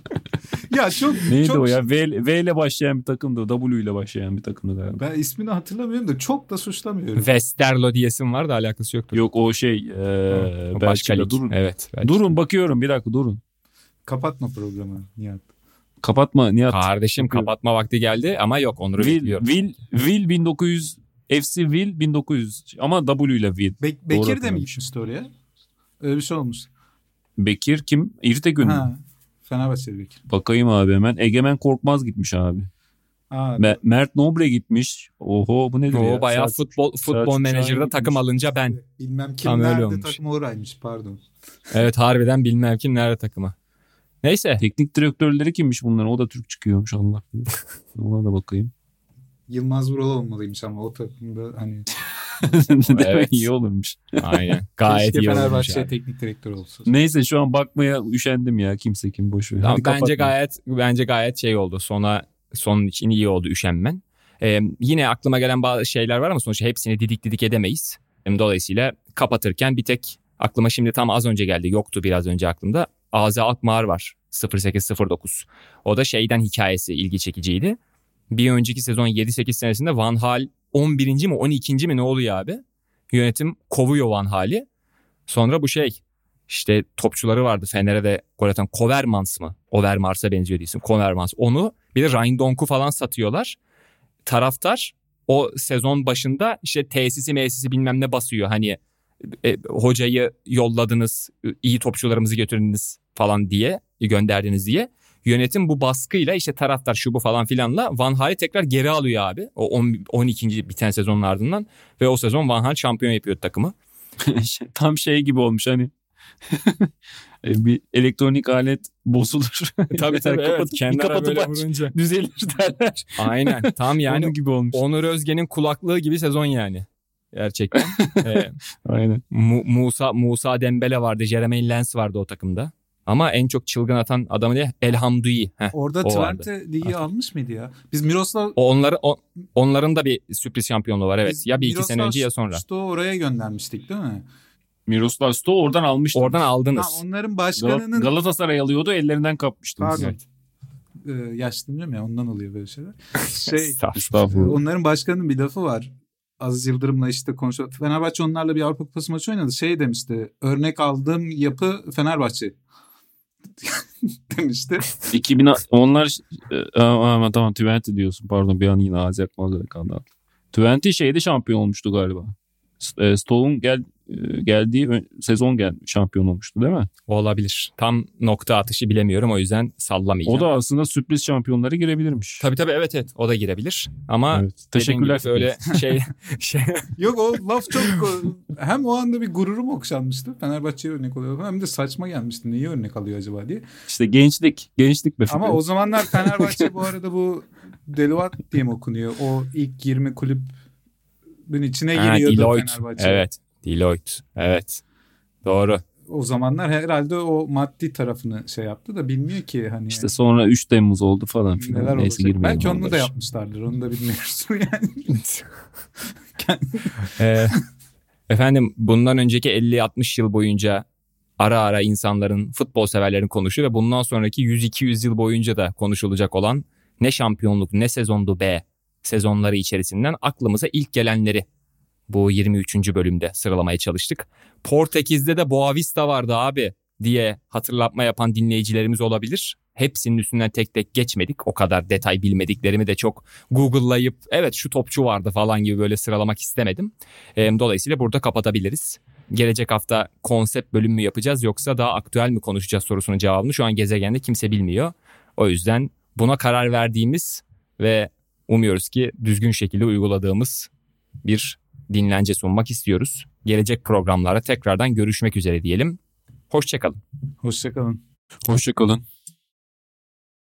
Ya çok neydi çok... o ya? V, V ile başlayan bir takımdı. W ile başlayan bir takımdı galiba. Ben ismini hatırlamıyorum da çok da suçlamıyorum. Westerlo diyesim var da alakası yoktur. Yok o şey ee, o başka lig. Durun. Evet. Belki. Durun bakıyorum bir dakika durun. Kapatma programı Nihat. Kapatma Nihat. Kardeşim bakıyorum. Kapatma vakti geldi ama yok Onur'u bekliyorum. Will, Will bin dokuz yüz F C Will bin dokuz yüz ama W ile Will. Be- Bekir de mi gitmişti oraya? Öyle bir şey olmuş. Bekir kim? İrtegün mü? Fenerbahçeli Bekir. Bakayım abi hemen. Egemen Korkmaz gitmiş abi. Aa, Me- Mert Nobre gitmiş. Oho bu nedir o ya? O bayağı Selçuk, futbol futbol menajerde takım alınca ben. Bilmem kim nerede takım oraymış pardon. Evet harbiden bilmem kim nerede takımı. Neyse. Teknik direktörleri kimmiş bunların? O da Türk çıkıyormuş Allah. Ona da bakayım. Yılmaz Vural olmalıymış ama o takımda hani. Evet. iyi olurmuş. Aynen. Gayet Keşke iyi olurmuş. Fenerbahçe teknik direktör olsun. Neyse şu an bakmaya üşendim ya. Kimse kim boş ver. Tamam, bence gayet bence gayet şey oldu. Sona sonun için iyi oldu üşenmen. Ee, yine aklıma gelen bazı şeyler var ama sonuçta hepsini didik didik edemeyiz. Dolayısıyla kapatırken bir tek aklıma şimdi tam az önce geldi. Yoktu biraz önce aklımda. Azi Alkmaar var. sıfır sekiz sıfır dokuz. O da şeyden hikayesi ilgi çekiciydi. Bir önceki sezon yedi sekiz senesinde Van Hal on birinci mi on ikinci mi ne oluyor abi? Yönetim kovuyor Van Hal'i. Sonra bu şey işte topçuları vardı Fener'e de gol atan Kovermans mı? Overmars'a benziyor isim. Kovermans. Onu bir de Reindonk'u falan satıyorlar. Taraftar o sezon başında işte tesisi mesisi bilmem ne basıyor. Hani e, hocayı yolladınız, iyi topçularımızı götürdünüz falan diye, gönderdiniz diye. Yönetim bu baskıyla işte taraftar şu bu falan filanla Van Gaal'i tekrar geri alıyor abi. O on ikinci biten sezonun ardından ve o sezon Van Gaal şampiyon yapıyor takımı. Tam şey gibi olmuş hani. Bir elektronik alet bozulur. Tabii tabii evet. Bir kapatıp aç, düzelir derler. Aynen tam yani onun gibi olmuş. Onur Özge'nin kulaklığı gibi sezon yani. Gerçekten. ee, Aynen. Mu- Musa Musa Dembele vardı, Jeremy Lens vardı o takımda. Ama en çok çılgın atan adamı ne? Elham Dui. Heh, Orada Twente ligi almış mıydı ya? Biz Miroslav... Onları, o, onların da bir sürpriz şampiyonluğu var evet. Biz ya bir Miroslav iki sene önce ya sonra. Stoğu oraya göndermiştik değil mi? Miroslav Stoğu oradan almıştı. Oradan aldınız. Ha, onların başkanının... Galatasaray alıyordu, ellerinden kapmıştınız. Pardon. Evet. Ee, yaşlanıyorum ya, ondan oluyor böyle şeyler. Şey, Estağfurullah. Onların başkanının bir lafı var. Aziz Yıldırım'la işte konuşuyor. Fenerbahçe onlarla bir Avrupa Kupası maçı oynadı. Şey demişti. Örnek aldığım yapı Fenerbahçe. demişti. iki bin onlar e, ama tamam Twente diyorsun. Pardon bir an yine ağzı yakmaz kaldı. Twente şeyde şampiyon olmuştu galiba. E, Stoğ'un gel geldiği sezon gel şampiyon olmuştu değil mi? Olabilir. Tam nokta atışı bilemiyorum, o yüzden sallamayacağım. O da aslında sürpriz şampiyonlara girebilirmiş. Tabii tabii evet evet o da girebilir. Ama evet. Teşekkürler. Öyle şey şey yok o laf çok hem o anda bir gururum okşanmıştı. Fenerbahçe'ye örnek oluyor hem de saçma gelmişti. Niye örnek alıyor acaba diye. İşte gençlik, gençlik be. Ama o zamanlar Fenerbahçe bu arada bu Deloitte diye mi okunuyor? O ilk yirmi kulübün içine giriyordu ha, Fenerbahçe. Evet. Deloitte. Evet. Doğru. O zamanlar herhalde o maddi tarafını şey yaptı da bilmiyor ki hani. İşte sonra üç Temmuz oldu falan filan. Neler Neyse olacak. Belki onu onları. da yapmışlardır. Onu da bilmiyoruz yani. ee, efendim bundan önceki elli altmış yıl boyunca ara ara insanların, futbol severlerin konuşuyor ve bundan sonraki yüz iki yüz yıl boyunca da konuşulacak olan ne şampiyonluk ne sezondu be sezonları içerisinden aklımıza ilk gelenleri bu yirmi üçüncü bölümde sıralamaya çalıştık. Portekiz'de de Boavista vardı abi diye hatırlatma yapan dinleyicilerimiz olabilir. Hepsinin üstünden tek tek geçmedik. O kadar detay bilmediklerimi de çok Google'layıp evet şu topçu vardı falan gibi böyle sıralamak istemedim. Dolayısıyla burada kapatabiliriz. Gelecek hafta konsept bölüm mü yapacağız yoksa daha aktüel mi konuşacağız sorusunun cevabını şu an gezegende kimse bilmiyor. O yüzden buna karar verdiğimiz ve umuyoruz ki düzgün şekilde uyguladığımız bir dinlence sunmak istiyoruz. Gelecek programlara tekrardan görüşmek üzere diyelim. Hoşça kalın. Hoşça kalın. Hoşça kalın.